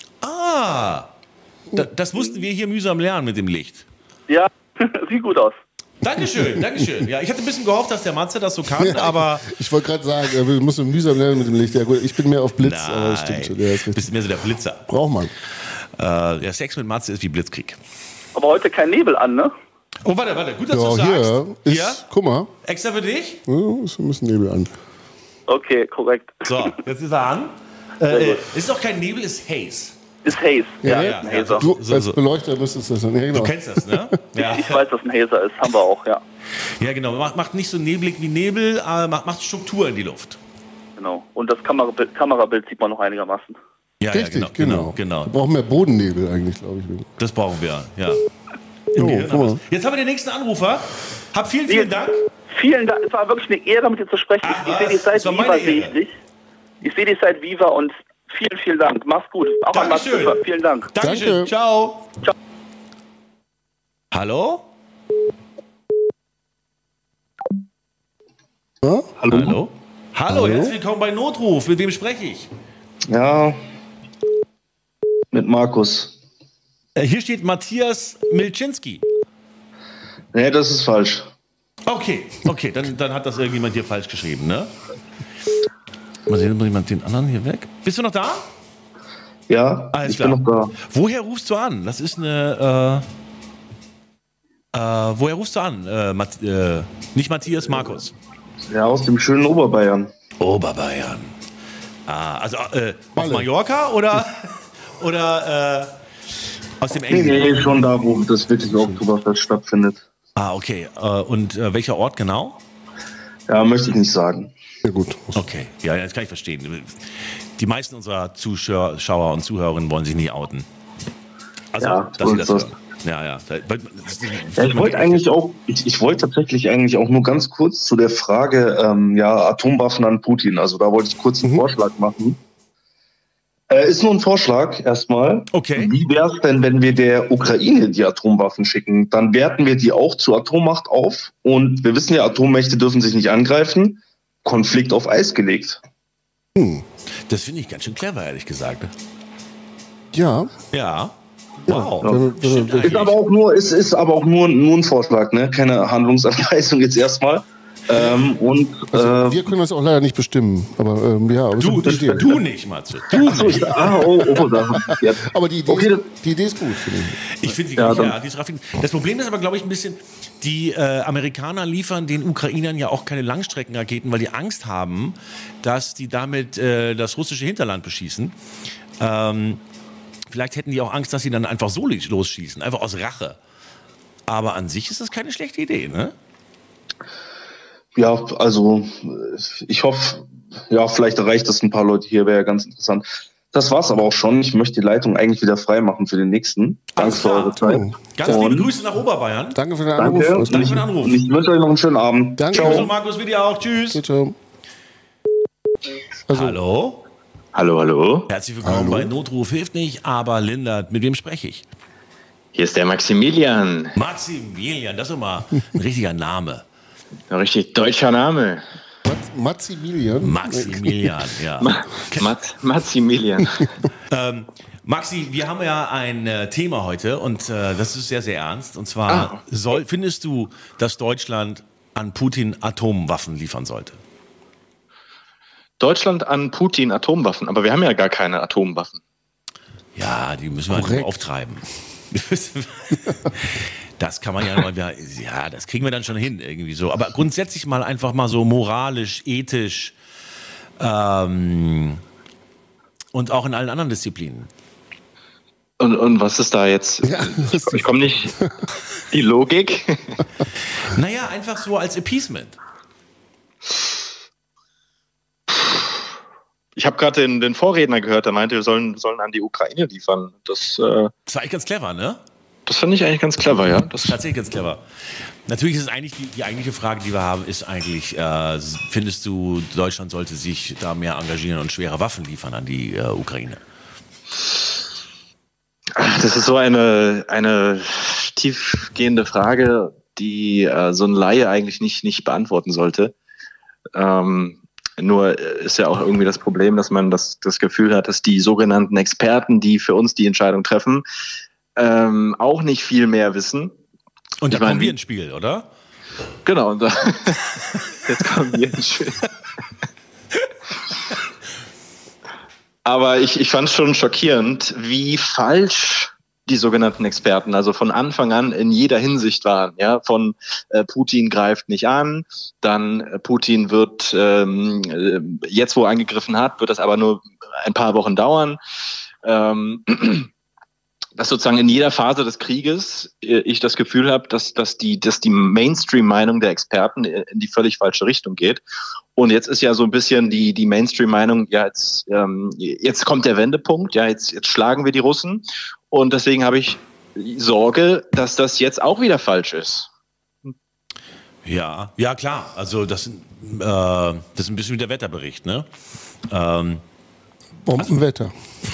Das mussten wir hier mühsam lernen mit dem Licht. Ja, sieht gut aus. Dankeschön. Ja, ich hatte ein bisschen gehofft, dass der Matze das so kann, aber... Ich wollte gerade sagen, wir müssen mühsam lernen mit dem Licht. Ja gut, ich bin mehr auf Blitz, aber das stimmt schon. Du bist mehr so der Blitzer. Braucht man. Der Sex mit Matze ist wie Blitzkrieg. Aber heute kein Nebel an, ne? Oh, warte, gut, dass du sagst. Hier, guck mal. Extra für dich? Ja, ist ein bisschen Nebel an. Okay, korrekt. So, jetzt ist er an. Ist doch kein Nebel, ist Haze. Ist Haze. Ja. Du als Beleuchter müsstest das dann. Ja, genau. Du kennst das, ne? Ja. Ich weiß, dass ein Hazer ist. Haben wir auch, ja. Ja, genau. Macht nicht so neblig wie Nebel, aber macht Struktur in die Luft. Genau. Und das Kamerabild sieht man noch einigermaßen. Ja, richtig, genau. Wir brauchen mehr Bodennebel eigentlich, glaube ich. Das brauchen wir, ja. Jetzt haben wir den nächsten Anrufer. Vielen Dank. Vielen Dank. Es war wirklich eine Ehre, mit dir zu sprechen. Ich sehe dich seit Viva, Ich sehe dich seit Viva und vielen Dank. Mach's gut. Auch Dankeschön. Vielen Dank. Dankeschön. Danke. Ciao. Hallo? Ja? Hallo? Hallo, herzlich willkommen bei Notruf. Mit wem spreche ich? Ja, mit Markus. Hier steht Matthias Milczynski. Nee, das ist falsch. Okay, dann hat das irgendjemand hier falsch geschrieben, ne? Mal sehen, muss ich den anderen hier weg. Bist du noch da? Ja, Alles ich klar. bin noch da. Woher rufst du an? Das ist eine. Woher rufst du an? Nicht Matthias, Markus. Ja, aus dem schönen Oberbayern. Oberbayern. Also auf Mallorca oder aus dem Englischen? Nee, schon da, wo das wirkliche Oktoberfest stattfindet. Okay. Und welcher Ort genau? Ja, möchte ich nicht sagen. Ja, gut. Okay, ja, das kann ich verstehen. Die meisten unserer Zuschauer und Zuhörerinnen wollen sich nie outen. Also, Ja, dass so sie ist das das. hören. Ja. Ich wollte eigentlich auch, ich wollte tatsächlich eigentlich auch nur ganz kurz zu der Frage, Atomwaffen an Putin. Also da wollte ich kurz einen Vorschlag machen. Ist nur ein Vorschlag erstmal. Okay. Wie wäre es denn, wenn wir der Ukraine die Atomwaffen schicken? Dann werten wir die auch zur Atommacht auf. Und wir wissen ja, Atommächte dürfen sich nicht angreifen. Konflikt auf Eis gelegt. Das finde ich ganz schön clever, ehrlich gesagt. Ja. Ja. Wow. Ja. Ist aber auch nur ein Vorschlag, ne? Keine Handlungsanweisung jetzt erstmal. Wir können das auch leider nicht bestimmen. Aber aber es ist eine gute Idee. Du nicht, Matze. Du nicht. Aber die Idee ist gut, finde ich. Ich finde sie die ist raffiniert. Das Problem ist aber, glaube ich, ein bisschen, die Amerikaner liefern den Ukrainern ja auch keine Langstreckenraketen, weil die Angst haben, dass die damit das russische Hinterland beschießen. Vielleicht hätten die auch Angst, dass sie dann einfach so losschießen, einfach aus Rache. Aber an sich ist das keine schlechte Idee, ne? Ja, also ich hoffe, vielleicht erreicht das ein paar Leute hier, wäre ja ganz interessant. Das war's aber auch schon. Ich möchte die Leitung eigentlich wieder frei machen für den nächsten. Danke für eure Zeit. Ganz liebe Grüße nach Oberbayern. Danke für den Anruf. Danke für den Anruf. Und ich wünsche euch noch einen schönen Abend. Danke. Ciao. Markus, wie dir auch. Tschüss. Ciao. Hallo. Hallo. Herzlich willkommen bei Notruf hilft nicht, aber lindert. Mit wem spreche ich? Hier ist der Maximilian. Maximilian, das ist immer ein richtiger Name. Ein richtig deutscher Name. Maximilian? Maximilian, ja. Maximilian. Maxi, wir haben ja ein Thema heute und das ist sehr, sehr ernst. Und zwar, findest du, dass Deutschland an Putin Atomwaffen liefern sollte? Deutschland an Putin Atomwaffen, aber wir haben ja gar keine Atomwaffen. Ja, die müssen wir einfach auftreiben. Das kann man das kriegen wir dann schon hin, irgendwie so. Aber grundsätzlich mal einfach mal so moralisch, ethisch und auch in allen anderen Disziplinen. Und was ist da jetzt? Ja, ich komme nicht. Die Logik? Naja, einfach so als Appeasement. Ich habe gerade den Vorredner gehört, der meinte, wir sollen an die Ukraine liefern. Das war eigentlich ganz clever, ne? Das fand ich eigentlich ganz clever, ja. Das ist tatsächlich ganz clever. Natürlich ist es eigentlich die eigentliche Frage, die wir haben, ist eigentlich, findest du, Deutschland sollte sich da mehr engagieren und schwere Waffen liefern an die Ukraine? Das ist so eine tiefgehende Frage, die so ein Laie eigentlich nicht beantworten sollte. Nur ist ja auch irgendwie das Problem, dass man das Gefühl hat, dass die sogenannten Experten, die für uns die Entscheidung treffen, auch nicht viel mehr wissen. Und da kommen wir ins Spiel, oder? Genau. Und jetzt kommen wir ins Spiel. Aber ich fand es schon schockierend, wie falsch die sogenannten Experten, also von Anfang an in jeder Hinsicht waren. Ja, von Putin greift nicht an, dann Putin wird jetzt, wo er angegriffen hat, wird das aber nur ein paar Wochen dauern. Dass sozusagen in jeder Phase des Krieges ich das Gefühl habe, dass die Mainstream-Meinung der Experten in die völlig falsche Richtung geht. Und jetzt ist ja so ein bisschen die Mainstream-Meinung, ja, jetzt kommt der Wendepunkt, ja, jetzt schlagen wir die Russen. Und deswegen habe ich Sorge, dass das jetzt auch wieder falsch ist. Ja, klar. Also das ist ein bisschen wie der Wetterbericht, ne? Bombenwetter.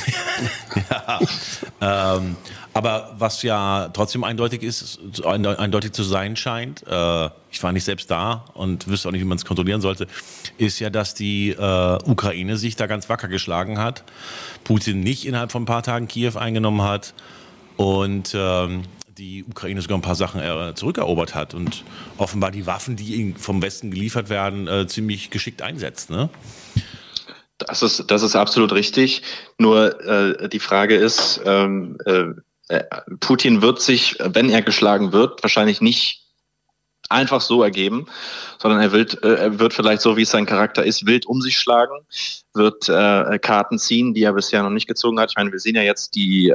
Ja, aber was ja trotzdem eindeutig zu sein scheint, ich war nicht selbst da und wüsste auch nicht, wie man es kontrollieren sollte, ist ja, dass die Ukraine sich da ganz wacker geschlagen hat, Putin nicht innerhalb von ein paar Tagen Kiew eingenommen hat und die Ukraine sogar ein paar Sachen zurückerobert hat und offenbar die Waffen, die ihnen vom Westen geliefert werden, ziemlich geschickt einsetzt, ne? Das ist absolut richtig. Nur die Frage ist, Putin wird sich, wenn er geschlagen wird, wahrscheinlich nicht einfach so ergeben, sondern er wird vielleicht so, wie es sein Charakter ist, wild um sich schlagen, wird Karten ziehen, die er bisher noch nicht gezogen hat. Ich meine, wir sehen ja jetzt die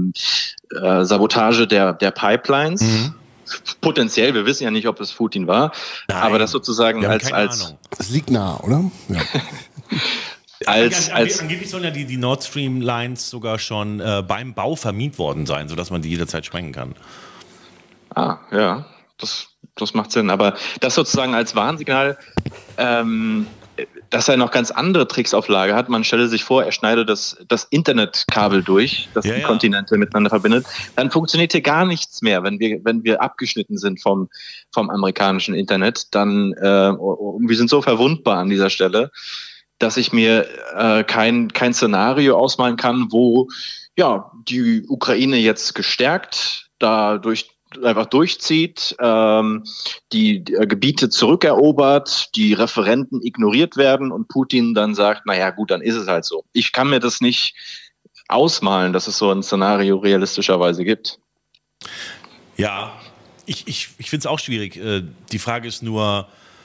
Sabotage der Pipelines. Mhm. Potenziell, wir wissen ja nicht, ob es Putin war, aber das sozusagen als es liegt nah, oder? Ja. Angeblich sollen ja die Nord Stream Lines sogar schon beim Bau vermint worden sein, sodass man die jederzeit sprengen kann. Ah, ja, das macht Sinn. Aber das sozusagen als Warnsignal, dass er noch ganz andere Tricks auf Lager hat. Man stelle sich vor, er schneidet das Internetkabel durch, das die Kontinente miteinander verbindet. Dann funktioniert hier gar nichts mehr, wenn wir abgeschnitten sind vom amerikanischen Internet. Dann wir sind so verwundbar an dieser Stelle, dass ich mir kein Szenario ausmalen kann, wo ja die Ukraine jetzt gestärkt dadurch einfach durchzieht, die Gebiete zurückerobert, die Referenden ignoriert werden und Putin dann sagt, naja gut, dann ist es halt so. Ich kann mir das nicht ausmalen, dass es so ein Szenario realistischerweise gibt. Ja, ich finde es auch schwierig. Die Frage ist nur,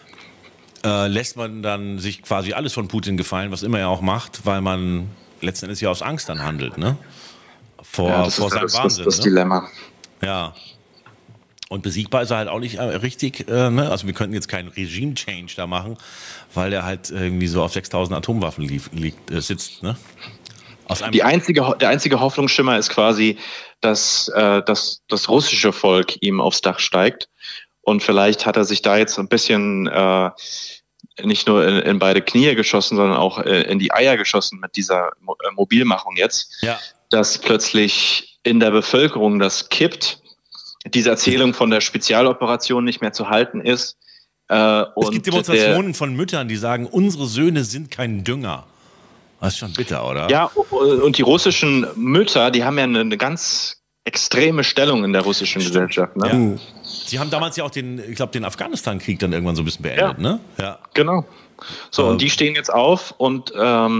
lässt man dann sich quasi alles von Putin gefallen, was immer er auch macht, weil man letzten Endes ja aus Angst dann handelt, ne? Vor seinem Wahnsinn. Das Dilemma. Ja. Und besiegbar ist er halt auch nicht richtig. Ne? Also wir könnten jetzt keinen Regime-Change da machen, weil er halt irgendwie so auf 6000 Atomwaffen sitzt. Ne? Der einzige Hoffnungsschimmer ist quasi, dass das russische Volk ihm aufs Dach steigt. Und vielleicht hat er sich da jetzt ein bisschen nicht nur in beide Knie geschossen, sondern auch in die Eier geschossen mit dieser Mobilmachung jetzt. Ja. Dass plötzlich in der Bevölkerung das kippt, diese Erzählung von der Spezialoperation nicht mehr zu halten ist. Es gibt Demonstrationen von Müttern, die sagen, unsere Söhne sind kein Dünger. Das ist schon bitter, oder? Ja, und die russischen Mütter, die haben ja eine ganz extreme Stellung in der russischen Gesellschaft. Ne? Ja. Sie haben damals ja auch den Afghanistan-Krieg dann irgendwann so ein bisschen beendet, ne? Ja. Genau. So, und die stehen jetzt auf und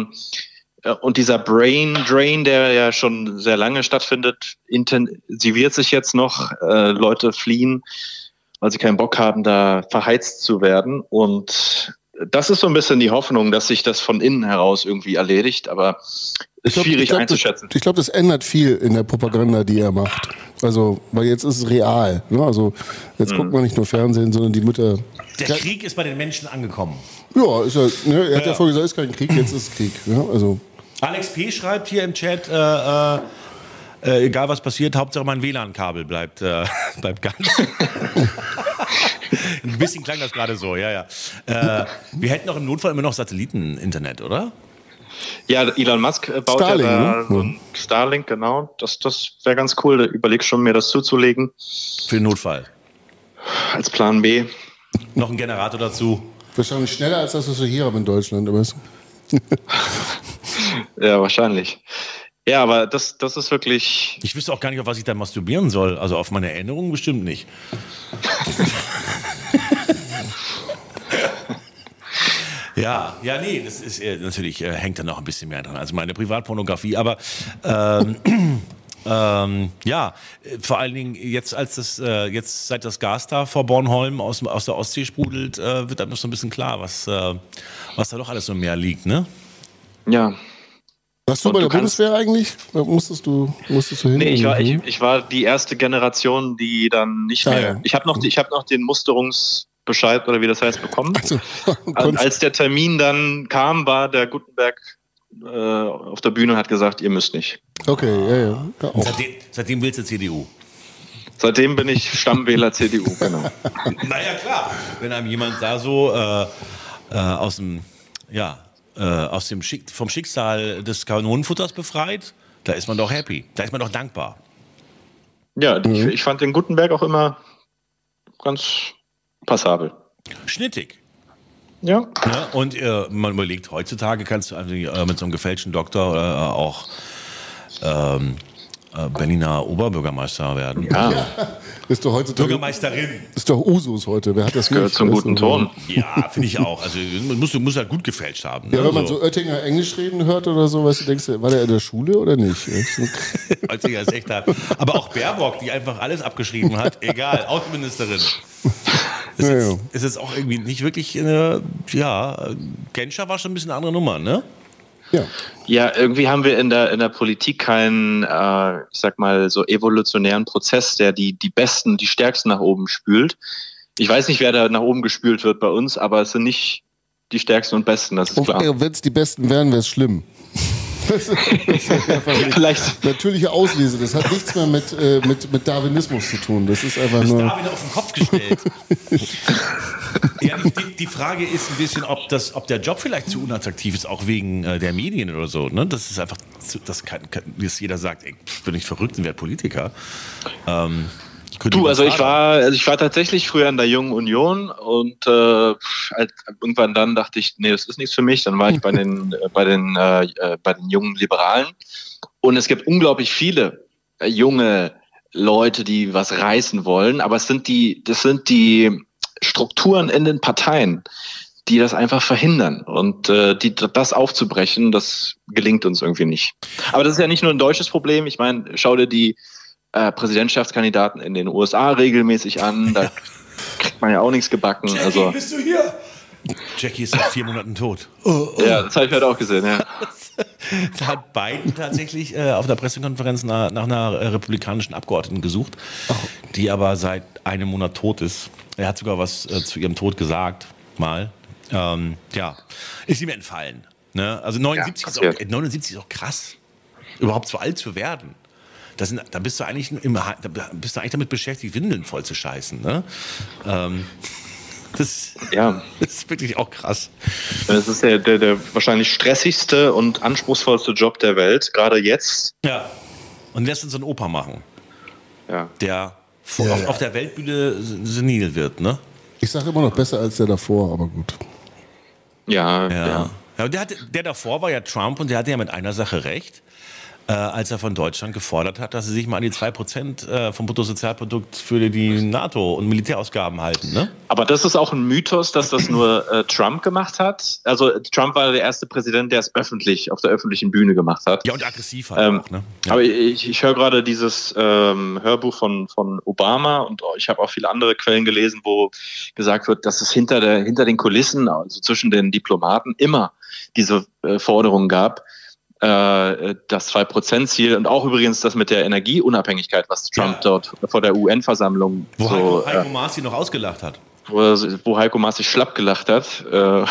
dieser Brain Drain, der ja schon sehr lange stattfindet, intensiviert sich jetzt noch. Leute fliehen, weil sie keinen Bock haben, da verheizt zu werden. Und das ist so ein bisschen die Hoffnung, dass sich das von innen heraus irgendwie erledigt, aber ist schwierig einzuschätzen. Ich glaube, das ändert viel in der Propaganda, die er macht. Also, weil jetzt ist es real. Ne? Also, jetzt guckt man nicht nur Fernsehen, sondern die Mütter. Der Krieg ist bei den Menschen angekommen. Ja, ist ja, ne? Er hat ja vorher gesagt, es ist kein Krieg, jetzt ist es Krieg. Ja? Also. Alex P. schreibt hier im Chat, egal was passiert, Hauptsache mein WLAN-Kabel bleibt ganz. Ein bisschen klang das gerade so, ja. Wir hätten doch im Notfall immer noch Satelliten-Internet, oder? Ja, Elon Musk baut Starlink, so ein Starlink, genau. Das wäre ganz cool. Da überleg schon, mir das zuzulegen. Für den Notfall. Als Plan B. Noch ein Generator dazu. Wahrscheinlich schneller als das, was wir hier haben in Deutschland. Ja, wahrscheinlich. Ja, aber das ist wirklich... Ich wüsste auch gar nicht, auf was ich da masturbieren soll. Also auf meine Erinnerungen bestimmt nicht. Nee, das ist natürlich hängt da noch ein bisschen mehr dran. Also meine Privatpornografie, aber vor allen Dingen jetzt, seit das Gas da vor Bornholm aus der Ostsee sprudelt, wird dann noch so ein bisschen klar, was da doch alles so im Meer liegt, ne? Ja. Warst du bei der Bundeswehr eigentlich? Musstest du hin? Nee, ich war die erste Generation, die dann nicht mehr... Ja. Ich habe noch den Musterungsbescheid, oder wie das heißt, bekommen. Also, als der Termin dann kam, war der Gutenberg auf der Bühne und hat gesagt, ihr müsst nicht. Okay, ja. Seitdem wählst du CDU? Seitdem bin ich Stammwähler CDU, genau. Naja, klar. Wenn einem jemand da so aus dem vom Schicksal des Kanonenfutters befreit, da ist man doch happy. Da ist man doch dankbar. Ja, ich fand den Gutenberg auch immer ganz passabel. Schnittig. Ja. Ja, und man überlegt, heutzutage kannst du also, mit so einem gefälschten Doktor auch Berliner Oberbürgermeister werden. Ja. Ist doch heutzutage, Bürgermeisterin. Ist doch Usus heute. Wer hat das gehört nicht? zum guten Ton. Ja, finde ich auch. Also du musst halt gut gefälscht haben. Ne? Ja, wenn man so Oettinger Englisch reden hört oder so, weißt du, denkst du, war der in der Schule oder nicht? Oettinger ist echt hart. Aber auch Baerbock, die einfach alles abgeschrieben hat, egal, Außenministerin. Ist jetzt auch irgendwie nicht wirklich, Genscher war schon ein bisschen eine andere Nummer, ne? Ja, irgendwie haben wir in der Politik keinen, ich sag mal, so evolutionären Prozess, der die Besten, die Stärksten nach oben spült. Ich weiß nicht, wer da nach oben gespült wird bei uns, aber es sind nicht die Stärksten und Besten, das ist klar. Wenn es die Besten wären, wäre es schlimm. Das ist vielleicht natürliche Auslese. Das hat nichts mehr mit Darwinismus zu tun. Das ist einfach nur. Darwin auf den Kopf gestellt. Ja, die Frage ist ein bisschen, ob der Job vielleicht zu unattraktiv ist, auch wegen der Medien oder so. Ne? Das ist einfach, dass jeder sagt, ey, ich bin nicht verrückt und werde Politiker. Ich war tatsächlich früher in der Jungen Union und irgendwann dann dachte ich, nee, das ist nichts für mich. Dann war ich bei den jungen Liberalen und es gibt unglaublich viele junge Leute, die was reißen wollen, aber das sind die Strukturen in den Parteien, die das einfach verhindern und das aufzubrechen, das gelingt uns irgendwie nicht. Aber das ist ja nicht nur ein deutsches Problem. Ich meine, schau dir die Präsidentschaftskandidaten in den USA regelmäßig an. Da kriegt man ja auch nichts gebacken. Jackie, also, bist du hier? Jackie ist seit 4 Monaten tot. Ja, das habe ich heute auch gesehen, ja. Da hat Biden tatsächlich auf der Pressekonferenz nach einer republikanischen Abgeordneten gesucht, die aber seit einem Monat tot ist. Er hat sogar was zu ihrem Tod gesagt, mal. Ist ihm entfallen. Ne? Also 79 ist auch krass, überhaupt so alt zu werden. Da bist du eigentlich damit beschäftigt, Windeln voll zu scheißen. Ne? Das ist wirklich auch krass. Das ist der wahrscheinlich stressigste und anspruchsvollste Job der Welt, gerade jetzt. Ja. Und lässt uns einen Opa machen. Ja. Der auf der Weltbühne senil wird, ne? Ich sage immer noch besser als der davor, aber gut. Ja. Und der davor war ja Trump und der hatte ja mit einer Sache recht. Als er von Deutschland gefordert hat, dass sie sich mal an die 2% vom Bruttosozialprodukt für die NATO- und Militärausgaben halten. Ne? Aber das ist auch ein Mythos, dass das nur Trump gemacht hat. Also Trump war der erste Präsident, der es öffentlich, auf der öffentlichen Bühne gemacht hat. Ja, und aggressiv halt auch. Ne? Ja. Aber ich höre gerade dieses Hörbuch von Obama und ich habe auch viele andere Quellen gelesen, wo gesagt wird, dass es hinter den Kulissen, also zwischen den Diplomaten, immer diese Forderungen gab, das 2%-Ziel und auch übrigens das mit der Energieunabhängigkeit, was Trump dort vor der UN-Versammlung Wo Heiko Maas noch ausgelacht hat. Wo Heiko Maas sich schlapp gelacht hat. Wir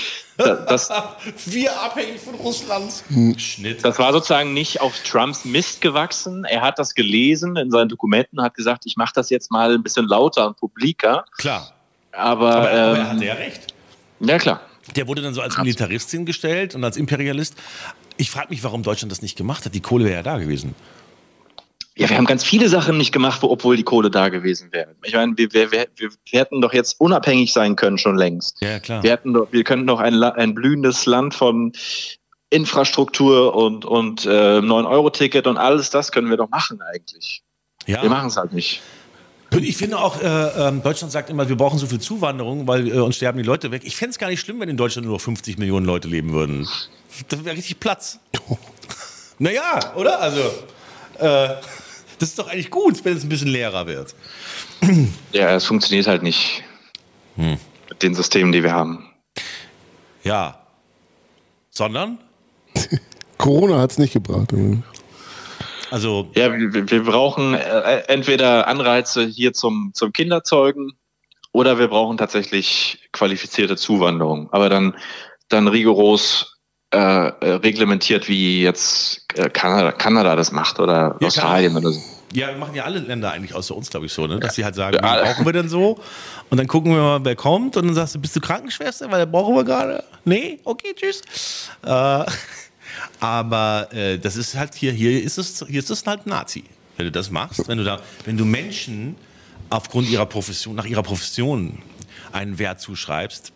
abhängig von Russland. Schnitt. Das war sozusagen nicht auf Trumps Mist gewachsen. Er hat das gelesen in seinen Dokumenten, hat gesagt, ich mache das jetzt mal ein bisschen lauter und publiker. Klar. Aber er hatte ja recht. Ja, klar. Der wurde dann so als Militarist hingestellt und als Imperialist. Ich frage mich, warum Deutschland das nicht gemacht hat. Die Kohle wäre ja da gewesen. Ja, wir haben ganz viele Sachen nicht gemacht, obwohl die Kohle da gewesen wäre. Ich meine, wir hätten doch jetzt unabhängig sein können schon längst. Ja, klar. Wir könnten doch ein blühendes Land von Infrastruktur und 9-Euro-Ticket und alles das können wir doch machen eigentlich. Ja. Wir machen es halt nicht. Und ich finde auch, Deutschland sagt immer, wir brauchen so viel Zuwanderung, weil uns sterben die Leute weg. Ich fände es gar nicht schlimm, wenn in Deutschland nur noch 50 Millionen Leute leben würden. Das wäre richtig Platz. Naja, oder? Also, das ist doch eigentlich gut, wenn es ein bisschen leerer wird. Ja, es funktioniert halt nicht mit den Systemen, die wir haben. Ja. Sondern? Corona hat es nicht gebracht. Also ja, wir brauchen entweder Anreize hier zum Kinderzeugen oder wir brauchen tatsächlich qualifizierte Zuwanderung. Aber dann rigoros reglementiert, wie jetzt Kanada das macht oder Australien oder so. Ja, machen ja alle Länder eigentlich außer uns, glaube ich, so, ne? Dass sie halt sagen, wen brauchen wir denn so? Und dann gucken wir mal, wer kommt. Und dann sagst du, bist du Krankenschwester? Weil brauchen wir gerade. Nee? Okay, tschüss. Aber das ist halt hier ist es halt Nazi, wenn du das machst. Wenn du Menschen aufgrund ihrer Profession, nach ihrer Profession einen Wert zuschreibst.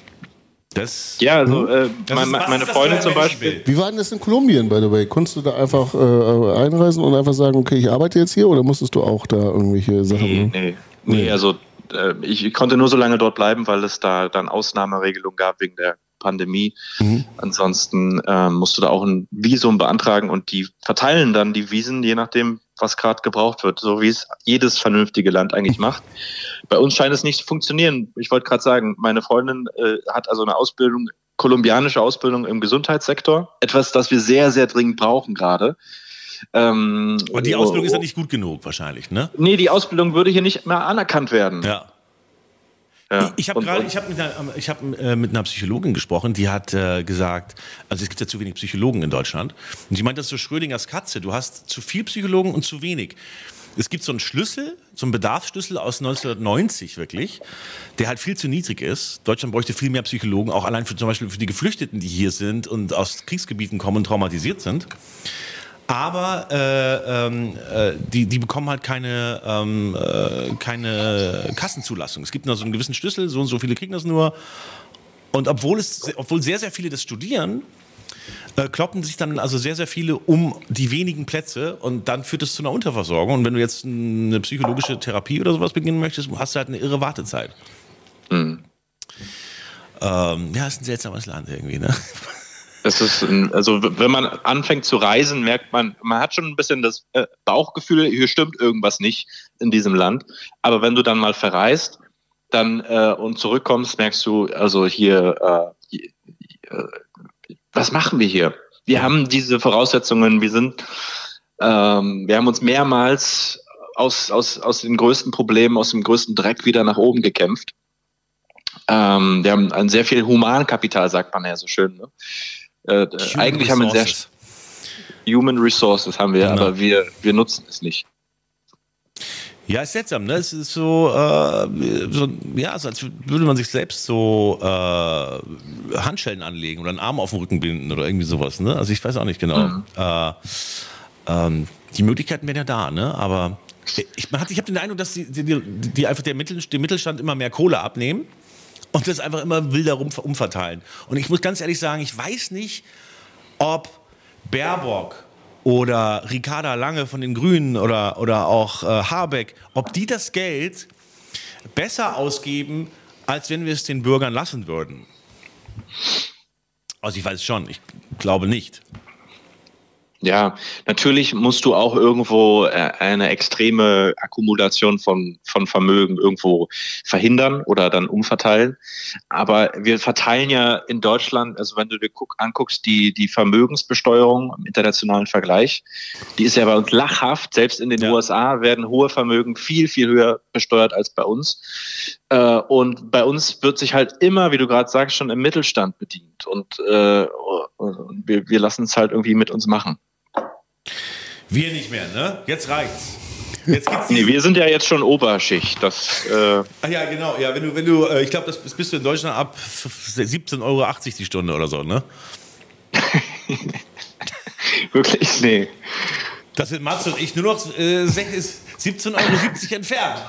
Meine Freundin zum Beispiel. Wie war denn das in Kolumbien, by the way? Konntest du da einfach einreisen und einfach sagen, okay, ich arbeite jetzt hier, oder musstest du auch da irgendwelche Sachen? Nee, also ich konnte nur so lange dort bleiben, weil es da dann Ausnahmeregelungen gab wegen der Pandemie. Ansonsten musst du da auch ein Visum beantragen und die verteilen dann die Visen, je nachdem, was gerade gebraucht wird, so wie es jedes vernünftige Land eigentlich macht. Bei uns scheint es nicht zu funktionieren. Ich wollte gerade sagen, meine Freundin hat also eine Ausbildung, kolumbianische Ausbildung im Gesundheitssektor. Etwas, das wir sehr, sehr dringend brauchen gerade. Aber die Ausbildung ist ja nicht gut genug wahrscheinlich, ne? Nee, die Ausbildung würde hier nicht mehr anerkannt werden. Ja. Ich habe mit einer Psychologin gesprochen, die hat gesagt, also es gibt ja zu wenig Psychologen in Deutschland. Und die meint, das ist so Schrödingers Katze. Du hast zu viel Psychologen und zu wenig. Es gibt so einen Schlüssel, so einen Bedarfsschlüssel aus 1990 wirklich, der halt viel zu niedrig ist. Deutschland bräuchte viel mehr Psychologen, auch allein zum Beispiel für die Geflüchteten, die hier sind und aus Kriegsgebieten kommen und traumatisiert sind. Aber die bekommen halt keine Kassenzulassung. Es gibt nur so einen gewissen Schlüssel, so und so viele kriegen das nur. Und obwohl sehr, sehr viele das studieren, kloppen sich dann also sehr, sehr viele um die wenigen Plätze und dann führt es zu einer Unterversorgung. Und wenn du jetzt eine psychologische Therapie oder sowas beginnen möchtest, hast du halt eine irre Wartezeit. Ja, ist ein seltsames Land irgendwie, ne? Es ist, also wenn man anfängt zu reisen, merkt man hat schon ein bisschen das Bauchgefühl, hier stimmt irgendwas nicht in diesem Land. Aber wenn du dann mal verreist, dann und zurückkommst, merkst du, also hier, was machen wir hier? Wir haben diese Voraussetzungen, wir haben uns mehrmals aus den größten Problemen, aus dem größten Dreck wieder nach oben gekämpft. Wir haben ein sehr viel Humankapital, sagt man ja so schön, ne? Eigentlich haben wir sehr Human Resources haben wir, genau. Aber wir nutzen es nicht. Ja, ist seltsam, ne? Es ist so als würde man sich selbst so Handschellen anlegen oder einen Arm auf den Rücken binden oder irgendwie sowas, ne? Also ich weiß auch nicht genau. Die Möglichkeiten wären ja da, ne? Aber ich habe den Eindruck, dass die einfach dem Mittelstand immer mehr Kohle abnehmen. Und das einfach immer wilder umverteilen. Und ich muss ganz ehrlich sagen, ich weiß nicht, ob Baerbock oder Ricarda Lange von den Grünen oder auch Habeck, ob die das Geld besser ausgeben, als wenn wir es den Bürgern lassen würden. Also ich weiß schon, ich glaube nicht. Ja, natürlich musst du auch irgendwo eine extreme Akkumulation von Vermögen irgendwo verhindern oder dann umverteilen. Aber wir verteilen ja in Deutschland, also wenn du dir anguckst, die Vermögensbesteuerung im internationalen Vergleich, die ist ja bei uns lachhaft. Selbst in den USA werden hohe Vermögen viel, viel höher besteuert als bei uns. Und bei uns wird sich halt immer, wie du gerade sagst, schon im Mittelstand bedient. Und wir lassen es halt irgendwie mit uns machen. Wir nicht mehr, ne? Jetzt reicht's. Jetzt geht's nee, wir sind ja jetzt schon Oberschicht. Das, Ach ja, genau. Ja, wenn du ich glaube, das bist du in Deutschland ab 17,80 Euro die Stunde oder so, ne? Wirklich? Nee. Das sind Matze und ich nur noch 17,70 Euro entfernt.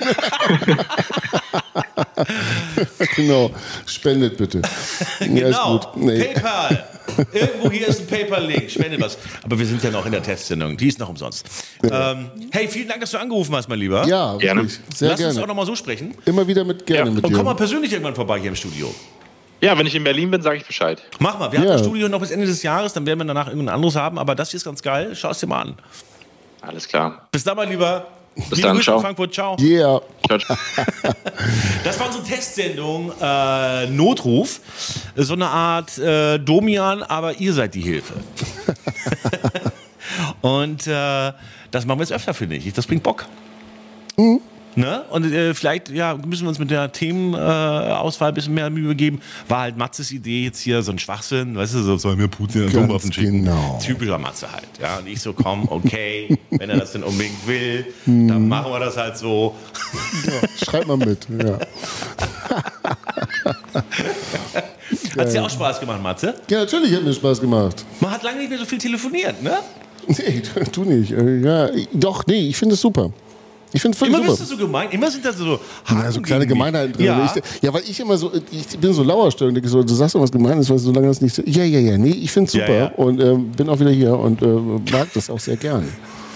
Genau. Spendet bitte. Genau. Ja, ist gut. Nee. PayPal. Irgendwo hier ist ein PayPal-Link. Spendet was. Aber wir sind ja noch in der Testsendung. Die ist noch umsonst. Ja. Hey, vielen Dank, dass du angerufen hast, mein Lieber. Ja, gerne. Sehr Lass gerne. uns auch noch mal so sprechen. Immer wieder mit dir. Und komm mal persönlich irgendwann vorbei hier im Studio. Ja, wenn ich in Berlin bin, sage ich Bescheid. Mach mal. Wir haben das Studio noch bis Ende des Jahres. Dann werden wir danach irgendein anderes haben. Aber das hier ist ganz geil. Schau es dir mal an. Alles klar. Bis dann, mein Lieber. Bis dann, ciao. Frankfurt, ciao. Yeah. Ciao, ciao. Das war unsere Testsendung Notruf. So eine Art Domian, aber ihr seid die Hilfe. Und das machen wir jetzt öfter, finde ich. Das bringt Bock. Ne? Und vielleicht müssen wir uns mit der Themenauswahl ein bisschen mehr Mühe geben. War halt Matzes Idee jetzt hier so ein Schwachsinn, weißt du, so soll mir Putin Atomwaffen schicken. Genau. Typischer Matze halt. Ja? Und ich so, komm, okay, wenn er das denn unbedingt will, dann machen wir das halt so. Ja, schreib mal mit, ja. Hat es dir auch Spaß gemacht, Matze? Ja, natürlich hat mir Spaß gemacht. Man hat lange nicht mehr so viel telefoniert, ne? Nee, tu nicht. Ja, doch, nee, ich finde es super. Ich finde es völlig super. Immer bist du so gemein, immer sind da so so kleine Gemeinheiten drin. Ja. Weil ich immer so, ich bin so lauerstörend, denke so, du sagst doch was Gemeines, weil solange das nicht so, nee, ich finde es super Ja. und bin auch wieder hier und mag das auch sehr gern.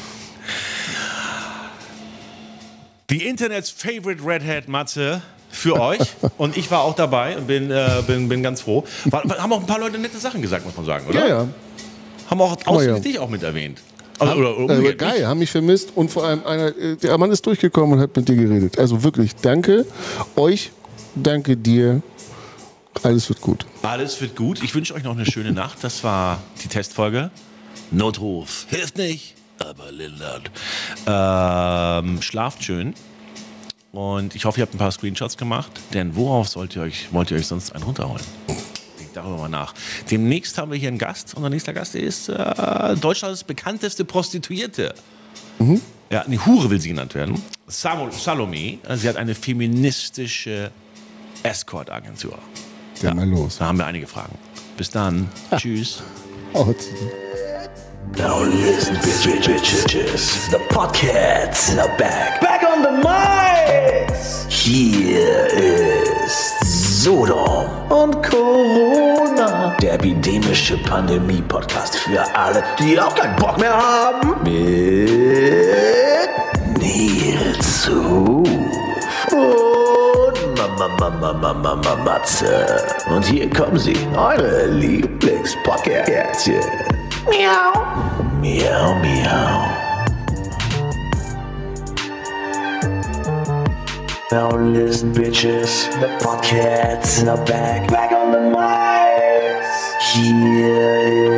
Die Internets Favorite Redhead Matze für euch und ich war auch dabei und bin ganz froh. Haben auch ein paar Leute nette Sachen gesagt, muss man sagen, oder? Ja. Haben auch ausführlich dich auch mit erwähnt. Also, oder geil, haben mich vermisst und vor allem der Mann ist durchgekommen und hat mit dir geredet. Also wirklich, danke euch, danke dir. Alles wird gut. Alles wird gut. Ich wünsche euch noch eine schöne Nacht. Das war die Testfolge. Notruf hilft nicht, aber lindert. Schlaft schön. Und ich hoffe, ihr habt ein paar Screenshots gemacht. Denn worauf wollt ihr euch sonst einen runterholen? Denkt darüber mal nach. Demnächst haben wir hier einen Gast. Unser nächster Gast ist Deutschlands bekannteste Prostituierte. Mhm. Ja, eine Hure will sie genannt werden. Salome. Sie hat eine feministische Escort-Agentur. Ja, mal los. Da haben wir einige Fragen. Bis dann. Tschüss. Now listen, bitches. The Podcasts are back. Back on the mics. Hier ist Sodom und Corona. Der epidemische Pandemie-Podcast für alle, die auch keinen Bock mehr haben. Mit Nils Ruf und Matze. Und hier kommen sie, eure Lieblingspodcastchen. Miau. Miau, miau. Now listen, bitches. The podcasts are back. Back on the mics. Here